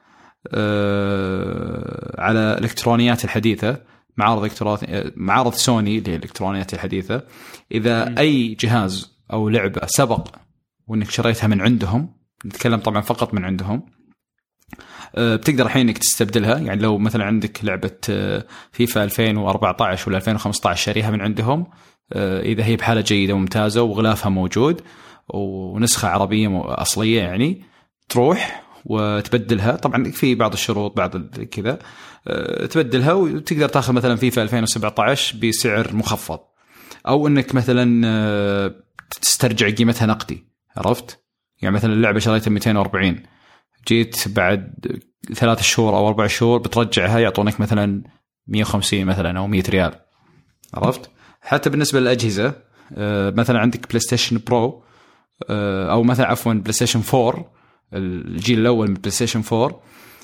على الإلكترونيات الحديثة، معارض معارض سوني للإلكترونيات الحديثة. إذا م. أي جهاز أو لعبة سبق وإنك شريتها من عندهم، نتكلم طبعا فقط من عندهم، بتقدر الحين إنك تستبدلها. يعني لو مثلا عندك لعبة فيفا ألفين وأربعة عشر ولا ألفين وخمسة عشر شاريها من عندهم، إذا هي بحالة جيدة وممتازة وغلافها موجود ونسخة عربية أصلية، يعني تروح وتبدلها. طبعا في بعض الشروط بعض كذا تبدلها، وتقدر تاخذ مثلا فيفا ألفين وسبعة عشر بسعر مخفض، او انك مثلا تسترجع قيمتها نقدي. عرفت؟ يعني مثلا اللعبه شريتها مئتين وأربعين، جيت بعد ثلاث شهور او اربع شهور بترجعها يعطونك مثلا مئة وخمسين مثلا او مئة ريال. عرفت؟ حتى بالنسبه للاجهزه، مثلا عندك بلاي ستيشن برو او مثلا عفوا بلاي ستيشن فور، الجيل الاول من بلاي ستيشن فور،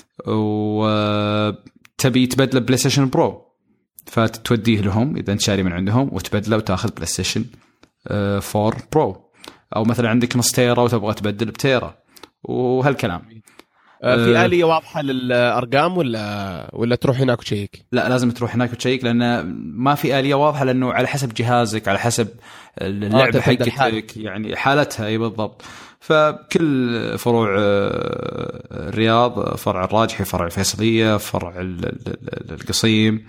وتبي تبدله بلاي ستيشن برو، فتوديه لهم اذا انت شاري من عندهم وتبدله وتاخذ بلاي ستيشن فور برو. او مثلا عندك نص تيرا وتبغى تبدل بتيرا وهالكلام. في آلية واضحة للأرقام ولا ولا تروح هناك وتشيك؟ لا، لازم تروح هناك وتشيك، لأن ما في آلية واضحة، لأنه على حسب جهازك، على حسب اللعبة حقتك، يعني حالتها. أي بالضبط. فكل فروع الرياض، فرع الراجحي، فرع الفيصلية، فرع القصيم،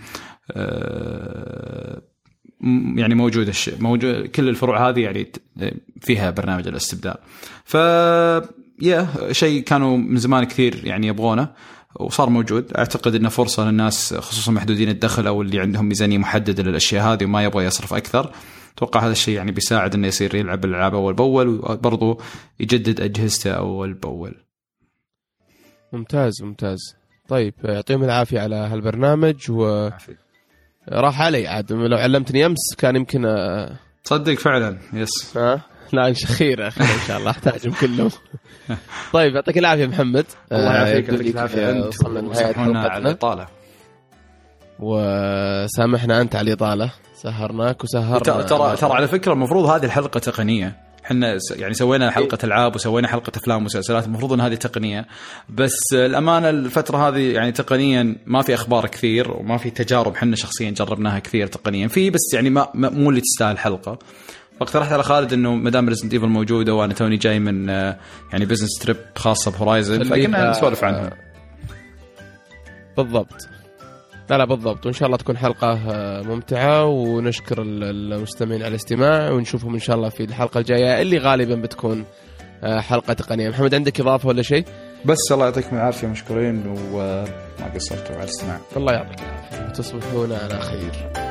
يعني موجود الشيء موجود. كل الفروع هذه يعني فيها برنامج الاستبدال. ف يا شيء كانوا من زمان كثير يعني يبغونه وصار موجود. أعتقد إنه فرصة للناس خصوصا محدودين الدخل أو اللي عندهم ميزانية محددة للأشياء هذه وما يبغى يصرف أكثر. أتوقع هذا الشيء يعني بيساعد إنه يصير يلعب الألعاب أول بأول، وبرضه يجدد أجهزته أول بأول. ممتاز ممتاز. طيب يعطيهم العافية على هالبرنامج، و راح علي عاد لو علمتني أمس كان يمكن أ... تصدق فعلا. يس. ها لا خير أخير إن شاء الله أحتاجهم كلهم. طيب يعطيك العافية محمد. الله يعافيك. يعطيك العافية. وصلنا لنهاية على الإطالة، وسامحنا أنت على الإطالة، سهرناك وسهرنا. ترى ترى على فكرة المفروض هذه الحلقة تقنية. احنا يعني سوينا حلقة ألعاب وسوينا حلقة أفلام ومسلسلات، المفروض أن هذه تقنية. بس الأمانة الفترة هذه يعني تقنيا ما في أخبار كثير وما في تجارب حنا شخصيا جربناها كثير تقنيا في، بس يعني ما مو اللي تستاهل حلقة. فاقترحت على خالد انه مدام ريزنت ايفل موجوده وانا توني جاي من يعني بزنس تريب خاصه بهورايزن، فكنا نسولف عنها. بالضبط. لا لا بالضبط. وان شاء الله تكون حلقه ممتعه، ونشكر المستمعين على الاستماع، ونشوفهم ان شاء الله في الحلقه الجايه اللي غالبا بتكون حلقه تقنيه. محمد عندك اضافه ولا شيء؟ بس الله يعطيكم العافيه، مشكورين وما قصرتوا على الاستماع. الله يعطيك العافيه، وتصبحون على خير.